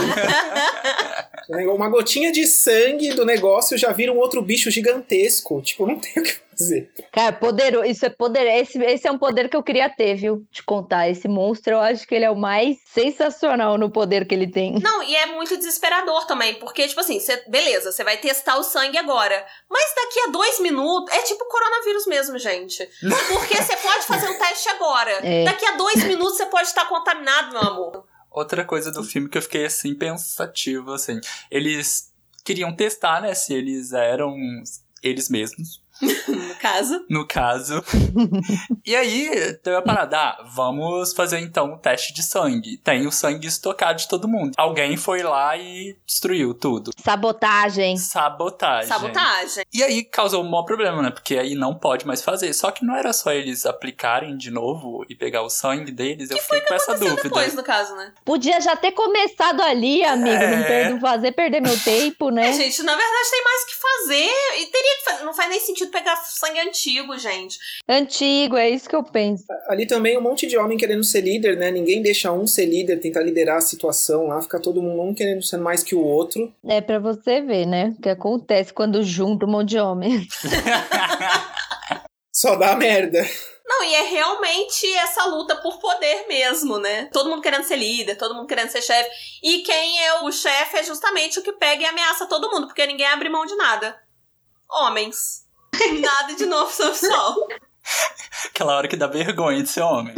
Uma gotinha de sangue do negócio já vira um outro bicho gigantesco. Tipo, não tem o que fazer. Cara, poderoso. Isso é poder. Esse, esse é um poder que eu queria ter, viu? Te contar. Esse monstro, eu acho que ele é o mais sensacional no poder que ele tem. Não, e é muito desesperador também. Porque, tipo assim, cê, beleza, você vai testar o sangue agora. Mas daqui a dois minutos. É tipo coronavírus mesmo, gente. Porque você pode fazer um teste agora. É. Daqui a dois minutos você pode estar contaminado, meu amor. Outra coisa do filme que eu fiquei, assim, pensativo, assim. Eles queriam testar, né, se eles eram eles mesmos. No caso. No caso. E aí, deu a parada, ah, vamos fazer então um teste de sangue. Tem o sangue estocado de todo mundo. Alguém foi lá e destruiu tudo. Sabotagem. Sabotagem. Sabotagem. E aí causou um maior problema, né? Porque aí não pode mais fazer. Só que não era só eles aplicarem de novo e pegar o sangue deles. Que eu fiquei com essa dúvida. Depois, no caso, né? Podia já ter começado ali, amigo. É. Não per- fazer perder meu tempo, né? É, gente, na verdade tem mais o que fazer. E teria que fazer. Não faz nem sentido pegar sangue antigo, gente. Antigo, é isso que eu penso. Ali também um monte de homem querendo ser líder, né? Ninguém deixa um ser líder, tentar liderar a situação lá. Fica todo mundo um querendo ser mais que o outro. É pra você ver, né? O que acontece quando junta um monte de homem. Só dá merda. Não, e é realmente essa luta por poder mesmo, né? Todo mundo querendo ser líder, todo mundo querendo ser chefe. E quem é o chefe é justamente o que pega e ameaça todo mundo, porque ninguém abre mão de nada. Homens. Nada de novo sob o sol. Aquela hora que dá vergonha de ser homem.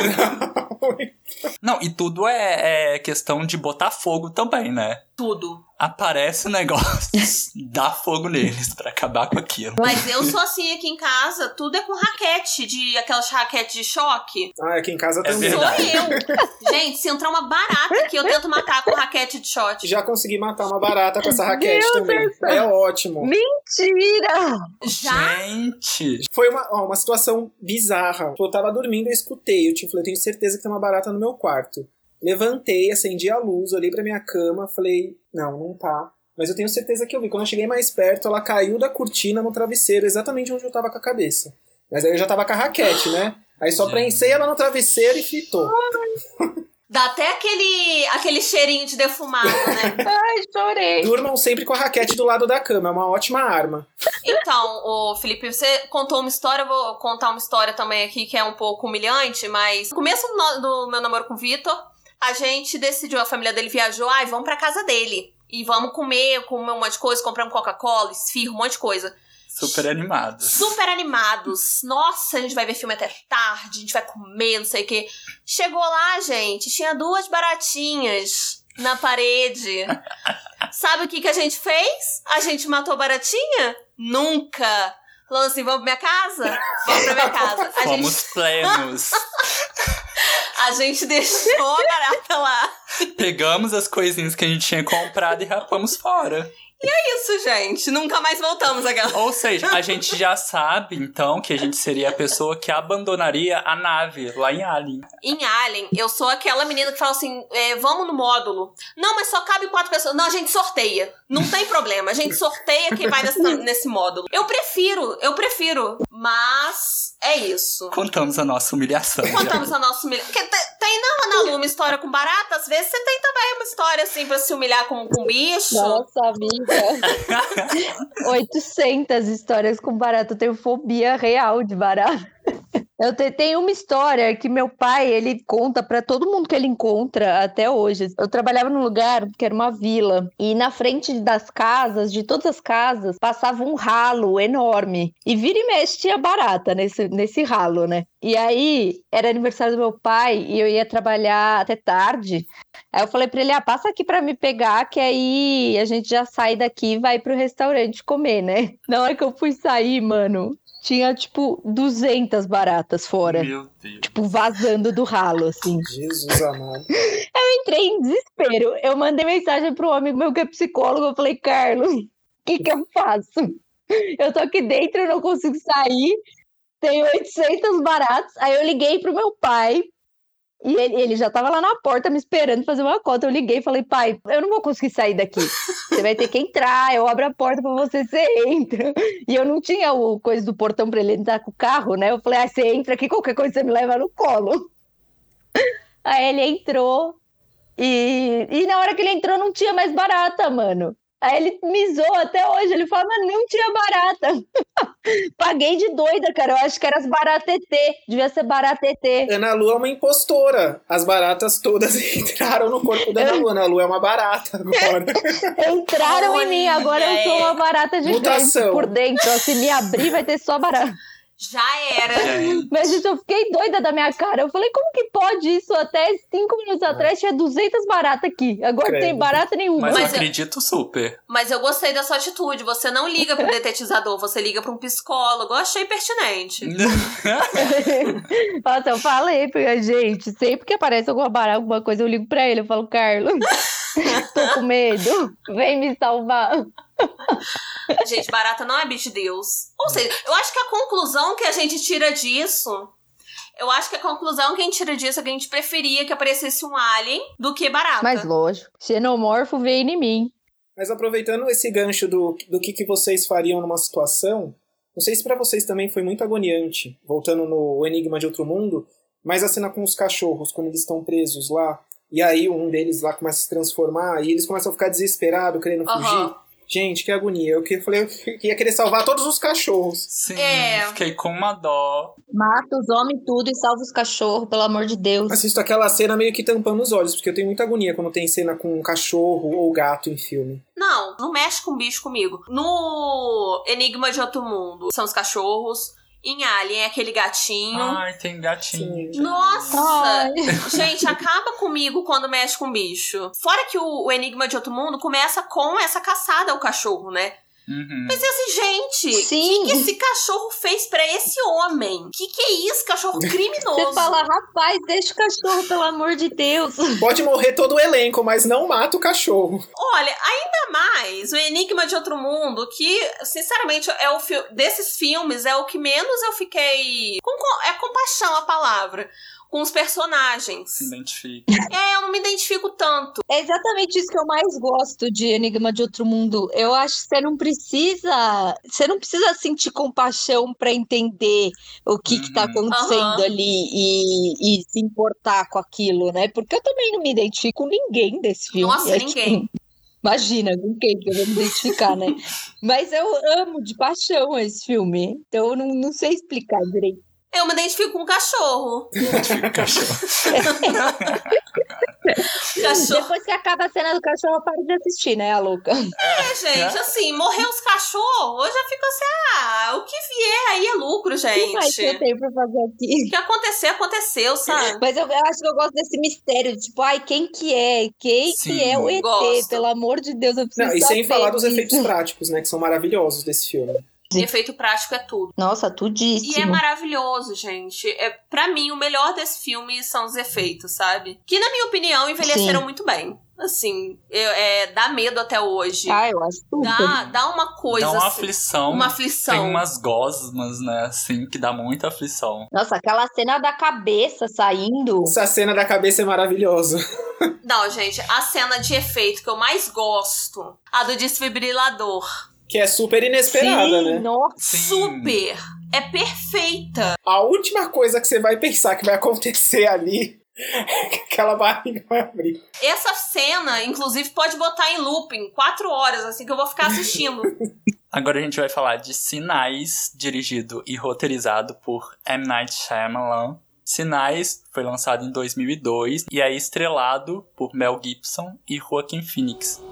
Não, e tudo é, é questão de botar fogo também, né? Tudo. Aparece o negócio, dá fogo neles pra acabar com aquilo. Mas eu sou assim aqui em casa, tudo é com raquete, de aquelas raquetes de choque. Ah, aqui em casa É também. Sou verdade. eu. Gente, se entrar uma barata aqui, eu tento matar com raquete de shot. Já consegui matar uma barata com essa raquete Meu também. Deus. É ótimo. Mentira! Já? Gente! Foi uma, ó, uma situação bizarra. Eu tava dormindo e escutei. Eu tinha, falei, eu tenho certeza que tem uma barata no meu quarto. Levantei, acendi a luz, olhei pra minha cama, falei, não, não tá. Mas eu tenho certeza que eu vi. Quando eu cheguei mais perto, ela caiu da cortina no travesseiro, exatamente onde eu tava com a cabeça. Mas aí eu já tava com a raquete, né? Aí só prensei ela no travesseiro e fritou. Dá até aquele, aquele cheirinho de defumado, né? Ai, chorei. Durmam sempre com a raquete do lado da cama, é uma ótima arma. Então, ô Felipe, você contou uma história, eu vou contar uma história também aqui que é um pouco humilhante, mas no começo do, do meu namoro com o Vitor, a gente decidiu, a família dele viajou, ai, vamos pra casa dele. E vamos comer, comer um monte de coisa, comprar um Coca-Cola, esfirro, um monte de coisa. Super animados. Super animados. Nossa, a gente vai ver filme até tarde, a gente vai comer, não sei o quê. Chegou lá, gente, tinha duas baratinhas na parede. Sabe o que, que a gente fez? A gente matou a baratinha? Nunca. Falando assim, vamos pra minha casa? Vamos pra minha casa. A Fomos gente... plenos. A gente deixou a barata lá. Pegamos as coisinhas que a gente tinha comprado e rapamos fora. E é isso, gente. Nunca mais voltamos aquela. Ou seja, a gente já sabe, então, que a gente seria a pessoa que abandonaria a nave lá em Alien. Em Alien, eu sou aquela menina que fala assim, é, vamos no módulo. Não, mas só cabe quatro pessoas. Não, a gente sorteia. Não tem problema. A gente sorteia quem vai nesse, nesse módulo. Eu prefiro, eu prefiro. Mas é isso. Contamos a nossa humilhação. Contamos já. a nossa humilhação. Porque tem, tem não, Ana Lu, uma história com barata. Às vezes você tem também uma história assim pra se humilhar com, com bicho. Nossa, amiga. oitocentas histórias com barata. Eu tenho fobia real de barata. Eu te, tenho uma história que meu pai, ele conta pra todo mundo que ele encontra até hoje. Eu trabalhava num lugar que era uma vila, e na frente das casas, de todas as casas, passava um ralo enorme. E vira e mexe tinha barata nesse, nesse ralo, né? E aí, era aniversário do meu pai, e eu ia trabalhar até tarde. Aí eu falei pra ele, ah, passa aqui pra me pegar, que aí a gente já sai daqui e vai pro restaurante comer, né? Na hora que eu fui sair, mano... Tinha, tipo, duzentas baratas fora. Meu Deus. Tipo, vazando do ralo, assim. Jesus amado. Eu entrei em desespero. Eu mandei mensagem pro amigo meu que é psicólogo. Eu falei, Carlos, o que que eu faço? Eu tô aqui dentro, eu não consigo sair. Tem oitocentas baratas. Aí eu liguei pro meu pai. E ele, ele já tava lá na porta me esperando fazer uma conta. Eu liguei e falei, pai, eu não vou conseguir sair daqui. Você vai ter que entrar, eu abro a porta pra você, você entra. E eu não tinha o coisa do portão pra ele entrar com o carro, né? Eu falei, ah, você entra aqui, qualquer coisa você me leva no colo. Aí ele entrou e, e na hora que ele entrou não tinha mais barata, mano. Aí ele me zoou até hoje, ele falou, mas não tinha barata. Paguei de doida, cara, eu acho que era as baratetê, devia ser baratetê. Ana Lu é uma impostora. As baratas todas entraram no corpo da Ana Lu. Ana Lu é uma barata agora. Entraram Olha, em mim, agora eu sou uma barata gigante Mutação. por dentro. Ó, se me abrir, vai ter só barata. Já era. Mas, gente, eu fiquei doida da minha cara. Eu falei, como que pode isso? Até cinco minutos atrás tinha duzentas baratas aqui. Agora Credo. tem barata nenhuma. Mas, Mas eu acredito super. Mas eu gostei da sua atitude. Você não liga pro detetizador, você liga pra um psicólogo. Eu achei pertinente. Nossa, eu falei, porque, gente, sempre que aparece alguma barata, alguma coisa, eu ligo pra ele. Eu falo, Carlos, tô com medo. Vem me salvar. Gente, barata não é bicho de Deus. Ou seja, eu acho que a conclusão que a gente tira disso... Eu acho que a conclusão que a gente tira disso é que a gente preferia que aparecesse um alien do que barata. Mas lógico, xenomorfo veio em mim. Mas aproveitando esse gancho do, do que, que vocês fariam numa situação, não sei se pra vocês também foi muito agoniante, voltando no Enigma de Outro Mundo, mas a cena com os cachorros, quando eles estão presos lá, e aí um deles lá começa a se transformar, e eles começam a ficar desesperados, querendo fugir. Uhum. Gente, que agonia. Eu que- falei que ia querer salvar todos os cachorros. Sim, É. fiquei com uma dó. Mata os homens tudo e salva os cachorros, pelo amor de Deus. Assisto aquela cena meio que tampando os olhos, porque eu tenho muita agonia quando tem cena com um cachorro ou gato em filme. Não, não mexe com bicho comigo. No Enigma de Outro Mundo, são os cachorros. Em Alien é aquele gatinho. Ai, tem gatinho. Sim. Nossa! Ai. Gente, acaba comigo quando mexe com bicho. Fora que o, o Enigma de Outro Mundo começa com essa caçada ao cachorro, né? Uhum. Mas assim, gente, o Sim. que, que esse cachorro fez pra esse homem? O que, que é isso, cachorro criminoso? Você fala, rapaz, deixa o cachorro, pelo amor de Deus. Pode morrer todo o elenco, mas não mata o cachorro. Olha, ainda mais o Enigma de Outro Mundo, que, sinceramente, é o fi- desses filmes, é o que menos eu fiquei... Com, com- é compaixão a palavra. Com os personagens. Se identifica. É, eu não me identifico tanto. É exatamente isso que eu mais gosto de Enigma de Outro Mundo. Eu acho que você não precisa, você não precisa sentir compaixão pra entender o que que tá Uhum. acontecendo Aham. ali e, e se importar com aquilo, né? Porque eu também não me identifico com ninguém desse filme. Nossa, É, ninguém. tipo, imagina, com quem que eu vou me identificar, né? Mas eu amo de paixão esse filme. Então eu não, não sei explicar direito. Eu me identifico com o cachorro. Identifica cachorro. Cachorro. Depois que acaba a cena do cachorro, eu paro de assistir, né, a louca? É, gente, assim, morreu os cachorros, eu já fico assim, ah, o que vier aí é lucro, O que mais que eu gente. tenho pra fazer aqui? O que acontecer, aconteceu, sabe? Mas eu, eu acho que eu gosto desse mistério, tipo, ai, quem que é? Quem Sim, que é o E T? gosto. Pelo amor de Deus, eu preciso Não, e sem saber falar dos disso. efeitos práticos, né, que são maravilhosos desse filme. Sim. Efeito prático é tudo. Nossa, tudíssimo. E é maravilhoso, gente. É, pra mim, o melhor desse filme são os efeitos, sabe? Que, na minha opinião, envelheceram Sim. muito bem. Assim, eu, é, dá medo até hoje. Ah, eu acho tudo. Dá, dá uma coisa. Dá uma assim, aflição. Uma aflição. Tem umas gosmas, né, assim, que dá muita aflição. Nossa, aquela cena da cabeça saindo. Essa cena da cabeça é maravilhosa. Não, gente, a cena de efeito que eu mais gosto, a do desfibrilador. Que é super inesperada, Sim, né? Nossa. Super! É perfeita. A última coisa que você vai pensar que vai acontecer ali é que aquela barriga vai abrir. Essa cena, inclusive, pode botar em looping quatro horas, assim, que eu vou ficar assistindo. Agora a gente vai falar de Sinais, dirigido e roteirizado por M. Night Shyamalan. Sinais foi lançado em dois mil e dois e é estrelado por Mel Gibson e Joaquin Phoenix.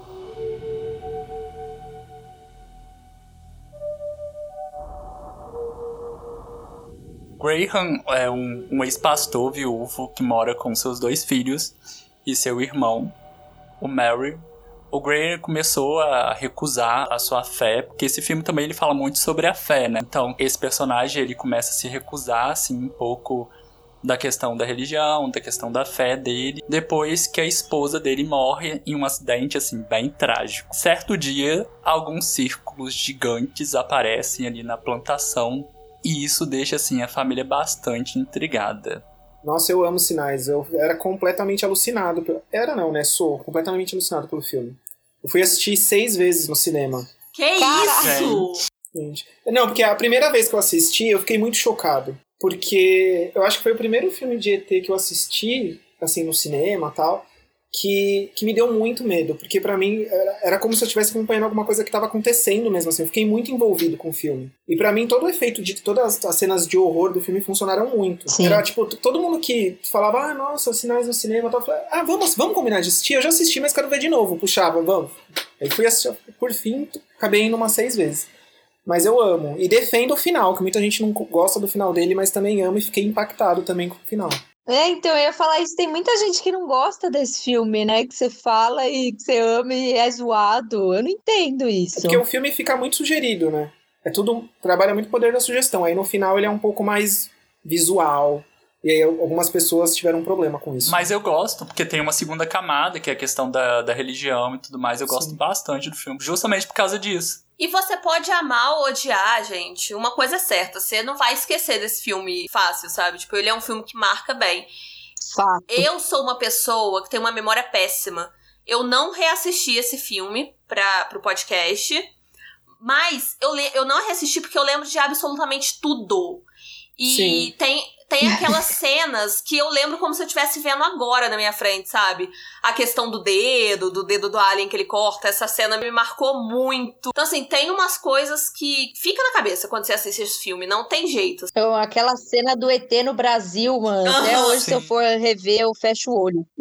Graham é um, um ex-pastor viúvo que mora com seus dois filhos e seu irmão, o Mary. O Graham começou a recusar a sua fé, porque esse filme também ele fala muito sobre a fé, né? Então, esse personagem ele começa a se recusar, assim, um pouco da questão da religião, da questão da fé dele, depois que a esposa dele morre em um acidente, assim, bem trágico. Certo dia, alguns círculos gigantes aparecem ali na plantação, e isso deixa, assim, a família bastante intrigada. Nossa, eu amo Sinais. Eu era completamente alucinado. Pelo... Era não, né? Sou completamente alucinado pelo filme. Eu fui assistir seis vezes no cinema. Que isso? Gente. Não, porque a primeira vez que eu assisti, eu fiquei muito chocado. Porque eu acho que foi o primeiro filme de E T que eu assisti, assim, no cinema e tal, que, que me deu muito medo. Porque pra mim, era, era como se eu estivesse acompanhando alguma coisa que tava acontecendo mesmo, assim. Eu fiquei muito envolvido com o filme. E pra mim, todo o efeito de todas as cenas de horror do filme funcionaram muito. Sim. Era, tipo, todo mundo que falava, ah, nossa, Sinais no cinema e tal, eu falava, ah, vamos, vamos combinar de assistir? Eu já assisti, mas quero ver de novo. Puxava, vamos. Aí fui assistir, por fim, acabei indo umas seis vezes. Mas eu amo. E defendo o final, que muita gente não gosta do final dele, mas também amo e fiquei impactado também com o final. É, então, eu ia falar isso. Tem muita gente que não gosta desse filme, né? Que você fala e que você ama e é zoado. Eu não entendo isso. É porque o filme fica muito sugerido, né? É tudo... Trabalha muito o poder da sugestão. Aí no final ele é um pouco mais visual. E aí algumas pessoas tiveram um problema com isso. Mas eu gosto, porque tem uma segunda camada, que é a questão da, da religião e tudo mais. Eu Sim. gosto bastante do filme, justamente por causa disso. E você pode amar ou odiar, gente. Uma coisa é certa, você não vai esquecer desse filme fácil, sabe? Tipo, ele é um filme que marca bem. Fato. Eu sou uma pessoa que tem uma memória péssima. Eu não reassisti esse filme pra, pro podcast, mas eu, le- eu não reassisti porque eu lembro de absolutamente tudo. E Sim. tem... Tem aquelas cenas que eu lembro como se eu estivesse vendo agora na minha frente, sabe? A questão do dedo, do dedo do alien que ele corta, essa cena me marcou muito. Então, assim, tem umas coisas que fica na cabeça quando você assiste esse filme, não tem jeito. Então, aquela cena do E T no Brasil, mano, até Ah, hoje, sim. se eu for rever, eu fecho o olho.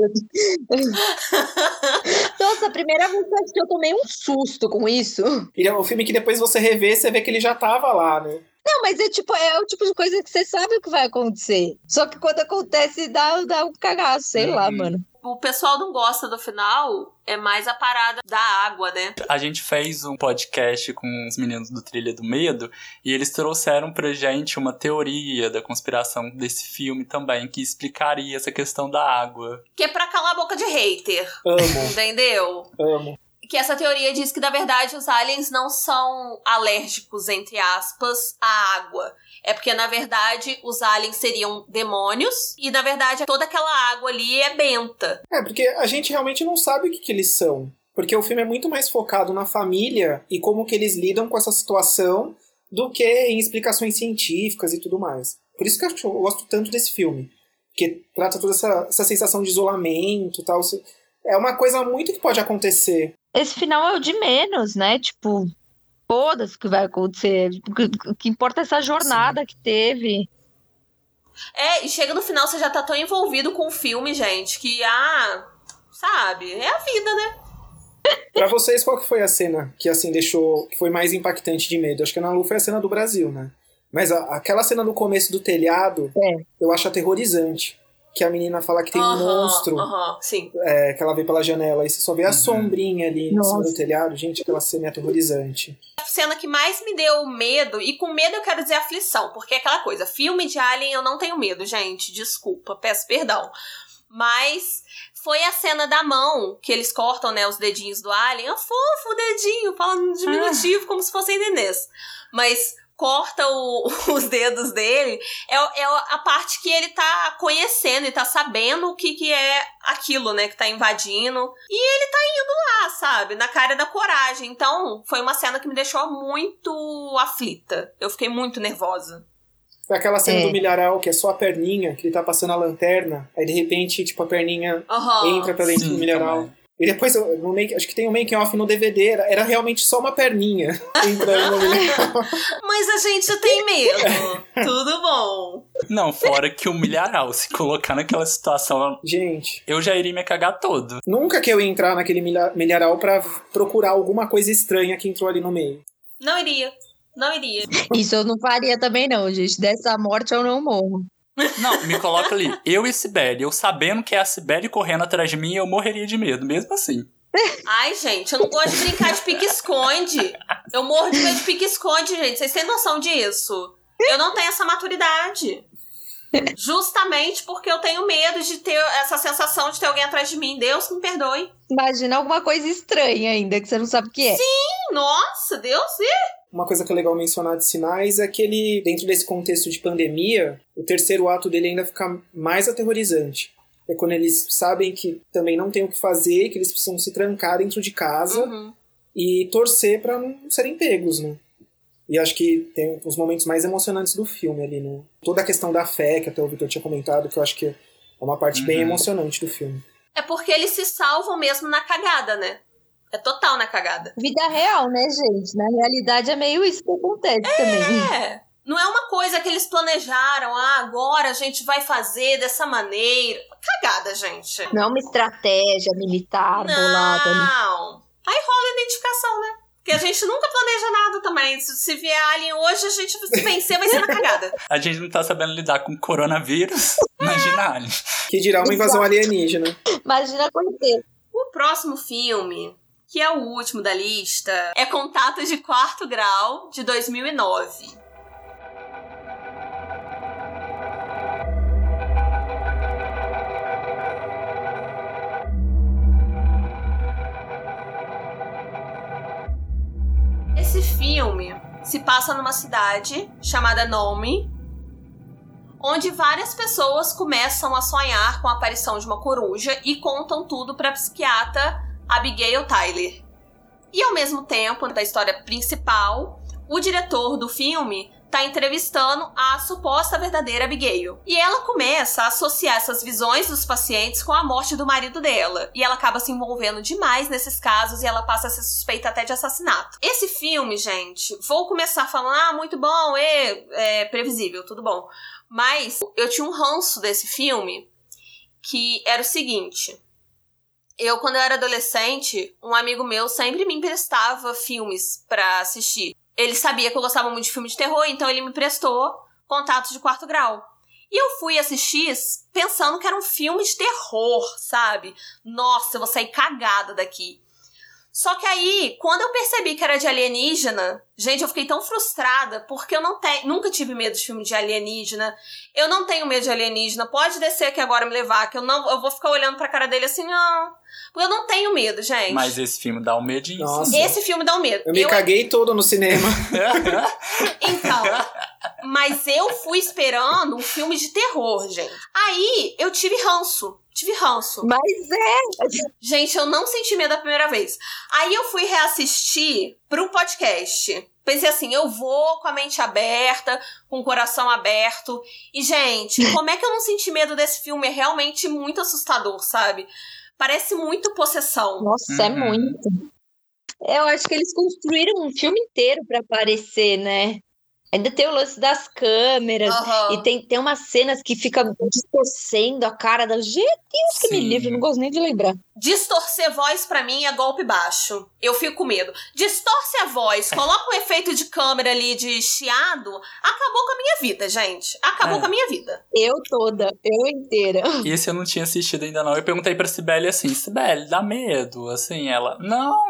Nossa, a primeira vez que eu assisti, eu tomei um susto com isso. E é um filme que depois você revê, você vê que ele já tava lá, né? Não, mas é tipo, é o tipo de coisa que você sabe o que vai acontecer. Só que quando acontece, dá, dá um cagaço, sei Uhum. lá, mano. O pessoal não gosta do final, é mais a parada da água, né? A gente fez um podcast com os meninos do Trilha do Medo e eles trouxeram pra gente uma teoria da conspiração desse filme também, que explicaria essa questão da água. Que é pra calar a boca de hater. Amo, Entendeu? amo. Que essa teoria diz que, na verdade, os aliens não são alérgicos, entre aspas, à água. É porque, na verdade, os aliens seriam demônios e, na verdade, toda aquela água ali é benta. É, porque a gente realmente não sabe o que, que eles são. Porque o filme é muito mais focado na família e como que eles lidam com essa situação do que em explicações científicas e tudo mais. Por isso que eu, eu gosto tanto desse filme. Porque trata toda essa, essa sensação de isolamento e tal. É uma coisa muito que pode acontecer. Esse final é o de menos, né? Tipo, foda-se o que vai acontecer. O que importa é essa jornada Sim. que teve. É, e chega no final, você já tá tão envolvido com o filme, gente, que, ah, sabe, é a vida, né? Pra vocês, qual que foi a cena que, assim, deixou, que foi mais impactante de medo? Acho que a Ana Lu foi a cena do Brasil, né? Mas a, aquela cena no começo do telhado, é. eu acho aterrorizante. que a menina fala que tem um Aham, monstro, aham, sim. é, que ela vê pela janela, e você só vê a Uhum. sombrinha ali em cima Nossa. do telhado. Gente, aquela cena é aterrorizante. A cena que mais me deu medo, e com medo eu quero dizer aflição, porque é aquela coisa, filme de Alien eu não tenho medo, gente, desculpa, peço perdão. Mas foi a cena da mão, que eles cortam, né, os dedinhos do Alien. É fofo o dedinho, falando diminutivo, como se fossem nenês. Mas corta o- os dedos dele, é, é a parte que ele tá conhecendo e tá sabendo o que, que é aquilo, né, que tá invadindo. E ele tá indo lá, sabe, na cara da coragem. Então, foi uma cena que me deixou muito aflita. Eu fiquei muito nervosa. Foi aquela cena É. do milharal, que é só a perninha, que ele tá passando a lanterna, aí de repente, tipo, a perninha Aham. entra pra dentro Sim, do milharal. também. E depois, no make, acho que tem um making-off no D V D, era, era realmente só uma perninha entrando no milharal. Mas a gente tem medo. Tudo bom. Não, fora que o milharal, se colocar naquela situação, Gente, eu já iria me cagar todo. nunca que eu ia entrar naquele milha- milharal pra procurar alguma coisa estranha que entrou ali no meio. Não iria. Não iria. Isso eu não faria também, não, gente. Dessa morte eu não morro. Não, me coloca ali, eu e Cibele, eu sabendo que é a Cibele correndo atrás de mim, eu morreria de medo, mesmo assim. Ai, gente, eu não gosto de brincar de pique-esconde. Eu morro de medo de pique-esconde, gente. Vocês têm noção disso? Eu não tenho essa maturidade. Justamente porque eu tenho medo de ter essa sensação de ter alguém atrás de mim. Deus que me perdoe. Imagina alguma coisa estranha ainda, que você não sabe o que é. Nossa, Deus. Ih. Uma coisa que é legal mencionar de Sinais é que ele, dentro desse contexto de pandemia, o terceiro ato dele ainda fica mais aterrorizante. É quando eles sabem que também não tem o que fazer, que eles precisam se trancar dentro de casa Uhum. e torcer pra não serem pegos, né? E acho que tem os momentos mais emocionantes do filme ali, né? Toda a questão da fé, que até o Vitor tinha comentado, que eu acho que é uma parte bem Uhum. emocionante do filme. É porque eles se salvam mesmo na cagada, né? É total na cagada. Vida real, né, gente? Na realidade é meio isso que acontece também. É. Não é uma coisa que eles planejaram. Ah, agora a gente vai fazer dessa maneira. Cagada, gente. Não é uma estratégia militar bolada. Né? Não. Aí rola a identificação, né? Porque a gente nunca planeja nada também. Se, se vier Alien hoje, a gente se vencer vai ser na cagada. A gente não tá sabendo lidar com coronavírus, imagina Alien. Que dirá uma invasão alienígena. Imagina acontecer. O próximo filme, que é o último da lista, é Contato de Quarto Grau, de dois mil e nove. Esse filme se passa numa cidade chamada Nome, onde várias pessoas começam a sonhar com a aparição de uma coruja e contam tudo para a psiquiatra Abigail Tyler. E ao mesmo tempo, da história principal, o diretor do filme tá entrevistando a suposta verdadeira Abigail. E ela começa a associar essas visões dos pacientes com a morte do marido dela. E ela acaba se envolvendo demais nesses casos e ela passa a ser suspeita até de assassinato. Esse filme, gente, vou começar falando, ah, muito bom, é, é previsível, tudo bom. Mas eu tinha um ranço desse filme, que era o seguinte. Eu, quando eu era adolescente, um amigo meu sempre me emprestava filmes pra assistir. Ele sabia que eu gostava muito de filme de terror, então ele me emprestou Contato de Quarto Grau. E eu fui assistir pensando que era um filme de terror, sabe? Nossa, eu vou sair cagada daqui. Só que aí, quando eu percebi que era de alienígena, gente, eu fiquei tão frustrada, porque eu não te- nunca tive medo de filme de alienígena. Eu não tenho medo de alienígena. Pode descer aqui agora e me levar, que eu não, eu vou ficar olhando pra cara dele assim, não. Porque eu não tenho medo, gente. Mas esse filme dá um medinho. Nossa. Esse filme dá um medo. Eu me Eu- caguei todo no cinema. Então, mas eu fui esperando um filme de terror, gente. Aí, eu tive ranço. Tive ranço. Mas é. Gente, eu não senti medo da primeira vez. Aí eu fui reassistir pro podcast. Pensei assim, eu vou com a mente aberta, com o coração aberto. E, gente, como é que eu não senti medo desse filme? É realmente muito assustador, sabe? Parece muito possessão. Nossa, é Uhum. muito. Eu acho que eles construíram um filme inteiro pra aparecer, né? Ainda tem o lance das câmeras. Uhum. E tem, tem umas cenas que ficam distorcendo a cara da... Gente, Deus que me livre, eu não gosto nem de lembrar. Distorcer voz pra mim é golpe baixo. Eu fico com medo. Distorce a voz, coloca um efeito de câmera ali de chiado. Acabou com a minha vida, gente. Acabou É. com a minha vida. Eu toda, eu inteira. Esse eu não tinha assistido ainda não. Eu perguntei pra Cibele assim, Cibele, dá medo? Assim, ela, não,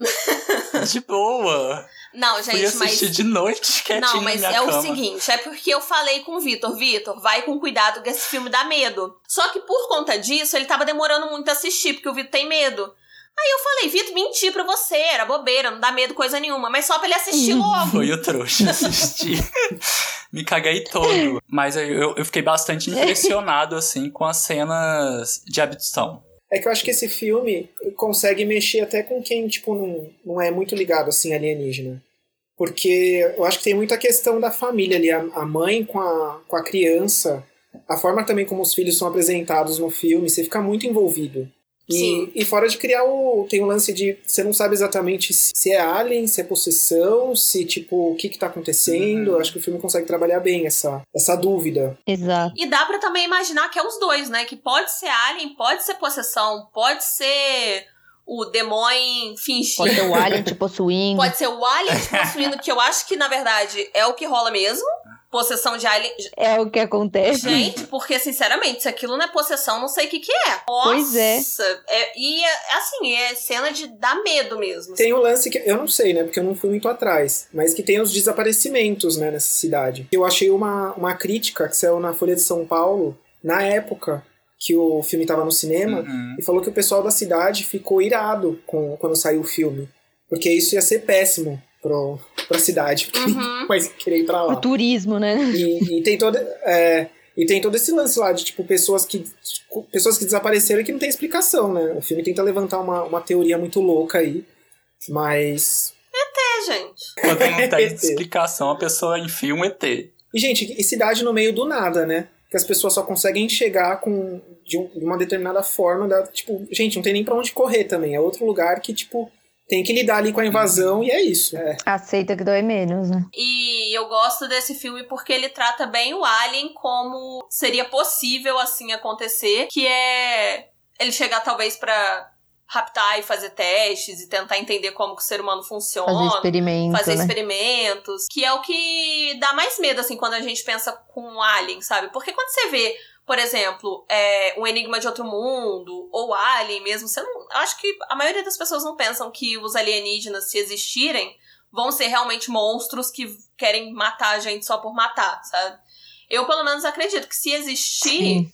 de boa. Não, Fui gente, assistir mas... de noite, quietinho Não, na mas minha é cama. o seguinte, é porque eu falei com o Vitor, Vitor, vai com cuidado que esse filme dá medo. Só que por conta disso, ele tava demorando muito a assistir, porque o Vitor tem medo. Aí eu falei, Vitor, menti pra você, era bobeira, não dá medo coisa nenhuma, mas só pra ele assistir logo. Foi o trouxa assistir. Me caguei todo. Mas eu, eu fiquei bastante impressionado, assim, com as cenas de abdução. É que eu acho que esse filme consegue mexer até com quem, tipo, não, não é muito ligado, assim, alienígena. Porque eu acho que tem muita questão da família ali, a, a mãe com a, com a criança, a forma também como os filhos são apresentados no filme, você fica muito envolvido. Sim. E, e fora de criar o... Tem o lance de... Você não sabe exatamente se é alien, se é possessão, se, tipo, o que que tá acontecendo. Uhum. Acho que o filme consegue trabalhar bem essa, essa dúvida. Exato. E dá pra também imaginar que é os dois, né? Que pode ser alien, pode ser possessão, pode ser o demônio fingido. Pode ser o alien te possuindo. Pode ser o alien te possuindo, que eu acho que, na verdade, é o que rola mesmo. Possessão de alien. É o que acontece. Gente, porque, sinceramente, se aquilo não é possessão, não sei o que que é. Nossa, Pois é. é. E, é, assim, é cena de dar medo mesmo. Tem o lance que... Eu não sei, né? Porque eu não fui muito atrás. Mas que tem os desaparecimentos, né? Nessa cidade. Eu achei uma, uma crítica que saiu na Folha de São Paulo, na época que o filme estava no cinema, Uhum. e falou que o pessoal da cidade ficou irado com, quando saiu o filme. Porque isso ia ser péssimo pro, pra cidade. Uhum. Mas querer ir pra lá. O turismo, né? E, e tem todo, é, e tem todo esse lance lá de, tipo, pessoas que, pessoas que desapareceram e que não tem explicação, né? O filme tenta levantar uma, uma teoria muito louca aí, mas... É, gente. Quando não tem explicação, a pessoa enfia um E T. E, gente, e cidade no meio do nada, né? Que as pessoas só conseguem chegar com, de, um, de uma determinada forma, da, tipo, gente, não tem nem pra onde correr também. É outro lugar que, tipo, tem que lidar ali com a invasão e é isso. É. Aceita que dói menos, né? E eu gosto desse filme porque ele trata bem o alien como seria possível, assim, acontecer. Que é ele chegar, talvez, pra raptar e fazer testes e tentar entender como que o ser humano funciona. Fazer experimento, Fazer né? experimentos. Que é o que dá mais medo, assim, quando a gente pensa com um alien, sabe? Porque quando você vê, por exemplo, é, um Enigma de Outro Mundo, ou Alien mesmo, você não, eu acho que a maioria das pessoas não pensam que os alienígenas, se existirem, vão ser realmente monstros que querem matar a gente só por matar, sabe? Eu, pelo menos, acredito que se existir... Sim.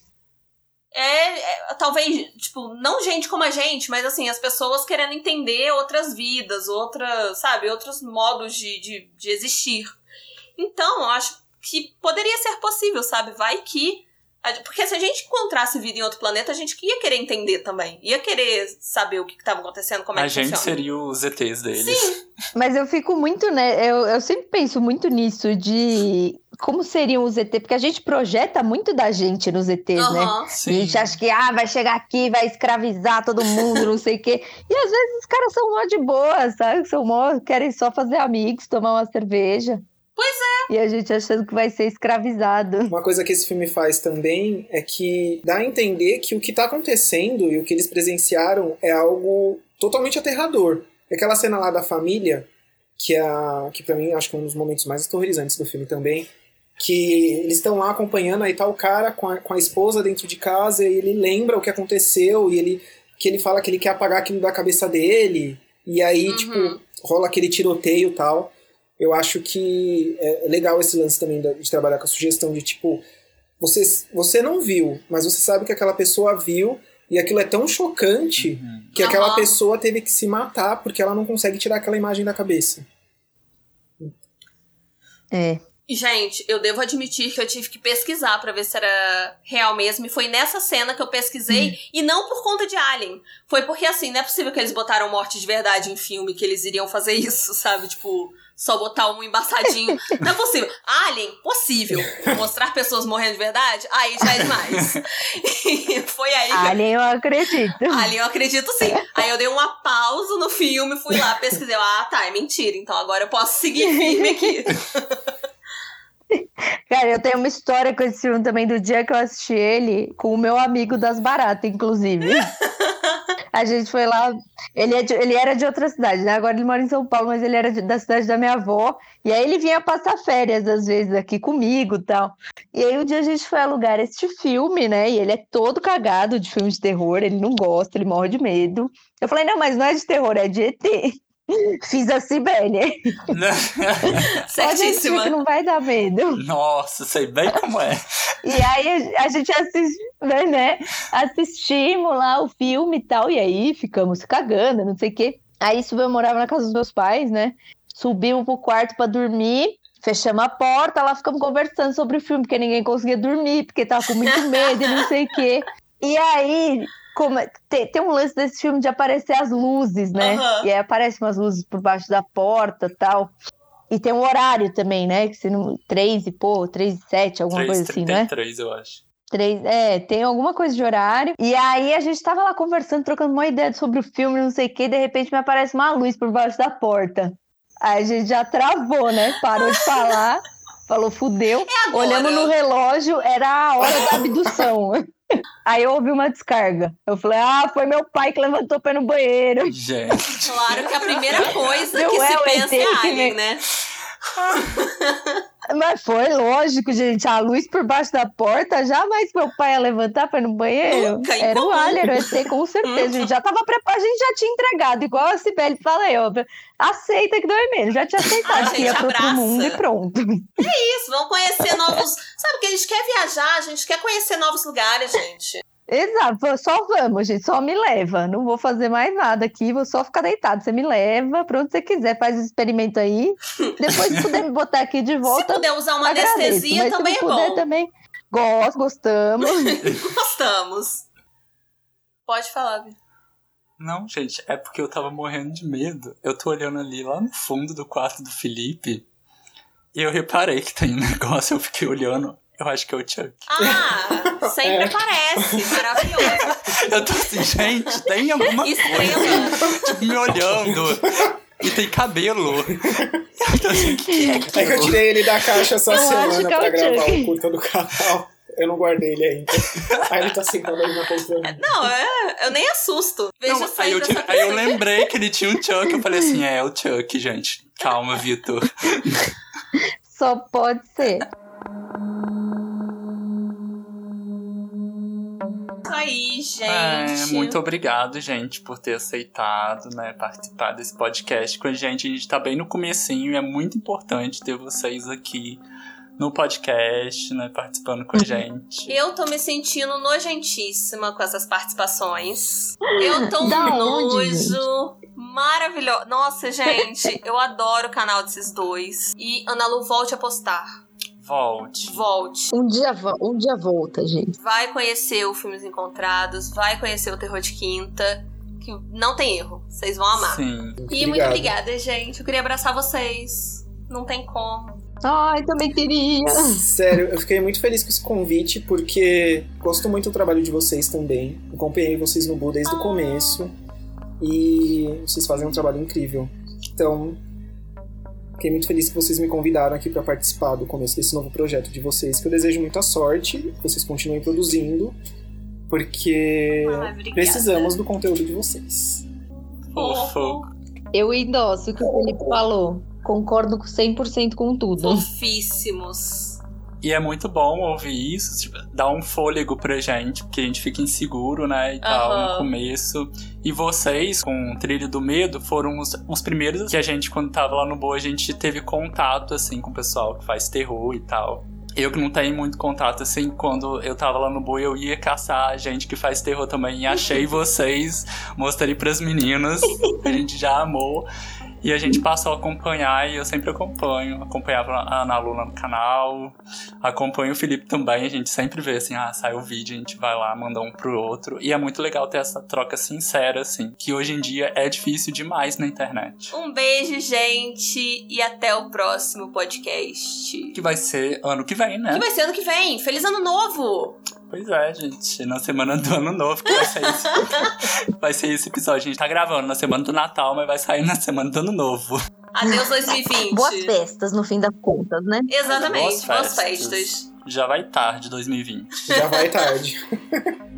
É, é, talvez, tipo, não gente como a gente, mas assim, as pessoas querendo entender outras vidas, outras, sabe, outros modos de, de, de existir. Então, eu acho que poderia ser possível, sabe? Vai que... Porque se a gente encontrasse vida em outro planeta, a gente ia querer entender também. Ia querer saber o que estava acontecendo, como é A que gente funciona. seria os E Tês deles. Sim. Mas eu fico muito, né? Eu, eu sempre penso muito nisso, de como seriam os E Tês, porque a gente projeta muito da gente nos E Tês, né? Aham. E a Sim. gente acha que ah, vai chegar aqui, vai escravizar todo mundo, não sei o quê. E às vezes os caras são mó de boa, sabe? São mó, querem só fazer amigos, tomar uma cerveja. Pois é. E a gente achando que vai ser escravizado. Uma coisa que esse filme faz também é que dá a entender que o que tá acontecendo e o que eles presenciaram é algo totalmente aterrador. Aquela cena lá da família, que, é a, que pra mim acho que é um dos momentos mais aterrorizantes do filme também, que eles estão lá acompanhando, aí tá o cara com a, com a esposa dentro de casa e ele lembra o que aconteceu e ele, que ele fala que ele quer apagar aquilo da cabeça dele e aí, Uhum. tipo, rola aquele tiroteio e tal. Eu acho que é legal esse lance também de trabalhar com a sugestão de, tipo, você, você não viu, mas você sabe que aquela pessoa viu e aquilo é tão chocante Uhum. que aquela Aham. pessoa teve que se matar porque ela não consegue tirar aquela imagem da cabeça. É. E, gente, eu devo admitir que eu tive que pesquisar pra ver se era real mesmo. E foi nessa cena que eu pesquisei. Hum. E não por conta de Alien. Foi porque, assim, não é possível que eles botaram morte de verdade em filme, que eles iriam fazer isso, sabe? Tipo, só botar um embaçadinho. Não é possível. Alien, possível. Mostrar pessoas morrendo de verdade, aí já é demais. E foi aí que... Alien, eu acredito. Alien, eu acredito sim. Aí eu dei uma pausa no filme, fui lá, pesquisei. Ah, tá, é mentira. Então agora eu posso seguir firme aqui. Sério, eu tenho uma história com esse filme também, do dia que eu assisti ele, com o meu amigo das baratas, inclusive. A gente foi lá, ele, é de, ele era de outra cidade, né? Agora ele mora em São Paulo, mas ele era de, da cidade da minha avó. E aí ele vinha passar férias, às vezes, aqui comigo e tal. E aí um dia a gente foi alugar este filme, né? E ele é todo cagado de filme de terror, ele não gosta, ele morre de medo. Eu falei, não, mas não é de terror, é de E T. Fiz a Sibélia. Certíssima. Que não vai dar medo. Nossa, sei bem como é. E aí a, a gente assist, né, assistimos lá o filme e tal, e aí ficamos cagando, não sei o quê. Aí eu morava na casa dos meus pais, né? Subimos pro quarto pra dormir, fechamos a porta, lá ficamos conversando sobre o filme, porque ninguém conseguia dormir, porque tava com muito medo e não sei o quê. E aí... Como, tem, tem um lance desse filme de aparecer as luzes, né? Uhum. E aí aparecem umas luzes por baixo da porta e tal. E tem um horário também, né? Que se não, três e pô, três e sete, alguma coisa assim, né? três, eu acho. Três, é, tem alguma coisa de horário. E aí a gente tava lá conversando, trocando uma ideia sobre o filme, não sei o quê. E de repente me aparece uma luz por baixo da porta. Aí a gente já travou, né? Parou de falar. Falou, fudeu. É olhamos no relógio, era a hora da abdução. Aí eu ouvi uma descarga. Eu falei, ah, foi meu pai que levantou pra ir no banheiro. Gente. Claro que a primeira coisa não que é se pensa é alien, né? Mas foi lógico, gente. A luz por baixo da porta, jamais meu pai ia levantar pra ir no banheiro. Nunca, era o alien, era o E T, com certeza. A gente já tava preparado, a gente já tinha entregado. Igual a Sibeli falei, ó. Aceita que dói menos. Já tinha aceitado que ia pro outro mundo e pronto. É isso, vamos conhecer novos... Sabe que a gente quer viajar, a gente quer conhecer novos lugares, gente. Exato, só vamos, gente, só me leva. Não vou fazer mais nada aqui, vou só ficar deitado. Você me leva pra onde você quiser, faz o experimento aí. Depois, se puder me botar aqui de volta. Se puder usar uma agradeço, anestesia, também se é puder, bom. Também gosto, gostamos. Gostamos. Pode falar, Bia. Não, gente, é porque eu tava morrendo de medo. Eu tô olhando ali lá no fundo do quarto do Felipe e eu reparei que tem um negócio, eu fiquei olhando. Eu acho que é o Chuck. Ah, sempre aparece. Maravilhoso. Eu tô assim, gente, tem alguma Estrela. coisa, tipo, me olhando. E tem cabelo. Eu tô assim, que é, é que eu tirei ele da caixa essa eu semana pra é gravar Chuck. o curta do canal. Eu não guardei ele ainda. Aí ele tá sentado ali na poltrona. Não, é, eu nem assusto. Vejo não, aí, eu tinha, aí eu lembrei que ele tinha um Chuck. Eu falei assim, é, é o Chuck, gente. Calma, Vitor. Só pode ser. Aí, gente. É, muito obrigado, gente, por ter aceitado, né, participar desse podcast com a gente. A gente tá bem no comecinho e é muito importante ter vocês aqui no podcast, né, participando com a gente. Eu tô me sentindo nojentíssima com essas participações. Eu tô um Da nojo onde, maravilhoso. Nossa, gente, eu adoro o canal desses dois. E Ana Lu, volte a postar. Volte. Volte. Um dia, um dia volta, gente. Vai conhecer o Filmes Encontrados, vai conhecer o Terror de Quinta, que não tem erro. Vocês vão amar. Sim. E muito obrigada, gente. Eu queria abraçar vocês. Não tem como. Ai, também queria. Sério, eu fiquei muito feliz com esse convite, porque gosto muito do trabalho de vocês também. Acompanhei vocês no Bu desde ah. o começo. E vocês fazem um trabalho incrível. Então, fiquei muito feliz que vocês me convidaram aqui para participar do começo desse novo projeto de vocês, que eu desejo muita sorte, que vocês continuem produzindo, porque ah, precisamos do conteúdo de vocês. Fofo. Eu endosso o que o Felipe falou. Concordo cem por cento com tudo. Fofíssimos. E é muito bom ouvir isso, tipo, dá um fôlego pra gente, porque a gente fica inseguro, né, e tal, uhum. no começo. E vocês, com o Trilho do Medo, foram os, os primeiros que a gente, quando tava lá no Boa, a gente teve contato, assim, com o pessoal que faz terror e tal. Eu que não tenho muito contato, assim, quando eu tava lá no Boi, eu ia caçar gente que faz terror também. E achei vocês, mostrei pras meninas, a gente já amou. E a gente passou a acompanhar, e eu sempre acompanho. Acompanhava a Ana Lu no canal, acompanho o Felipe também. A gente sempre vê, assim, ah, sai o vídeo, a gente vai lá, manda um pro outro. E é muito legal ter essa troca sincera, assim, que hoje em dia é difícil demais na internet. Um beijo, gente, e até o próximo podcast. Que vai ser ano que vem, né? Que vai ser ano que vem. Feliz Ano Novo! Pois é, gente, na semana do Ano Novo que vai sair esse, vai ser esse episódio. A gente tá gravando na semana do Natal, mas vai sair na semana do Ano Novo. Adeus dois mil e vinte. Boas festas, no fim das contas, né? Exatamente, Boas boas festas. festas. Já vai tarde dois mil e vinte. Já vai tarde.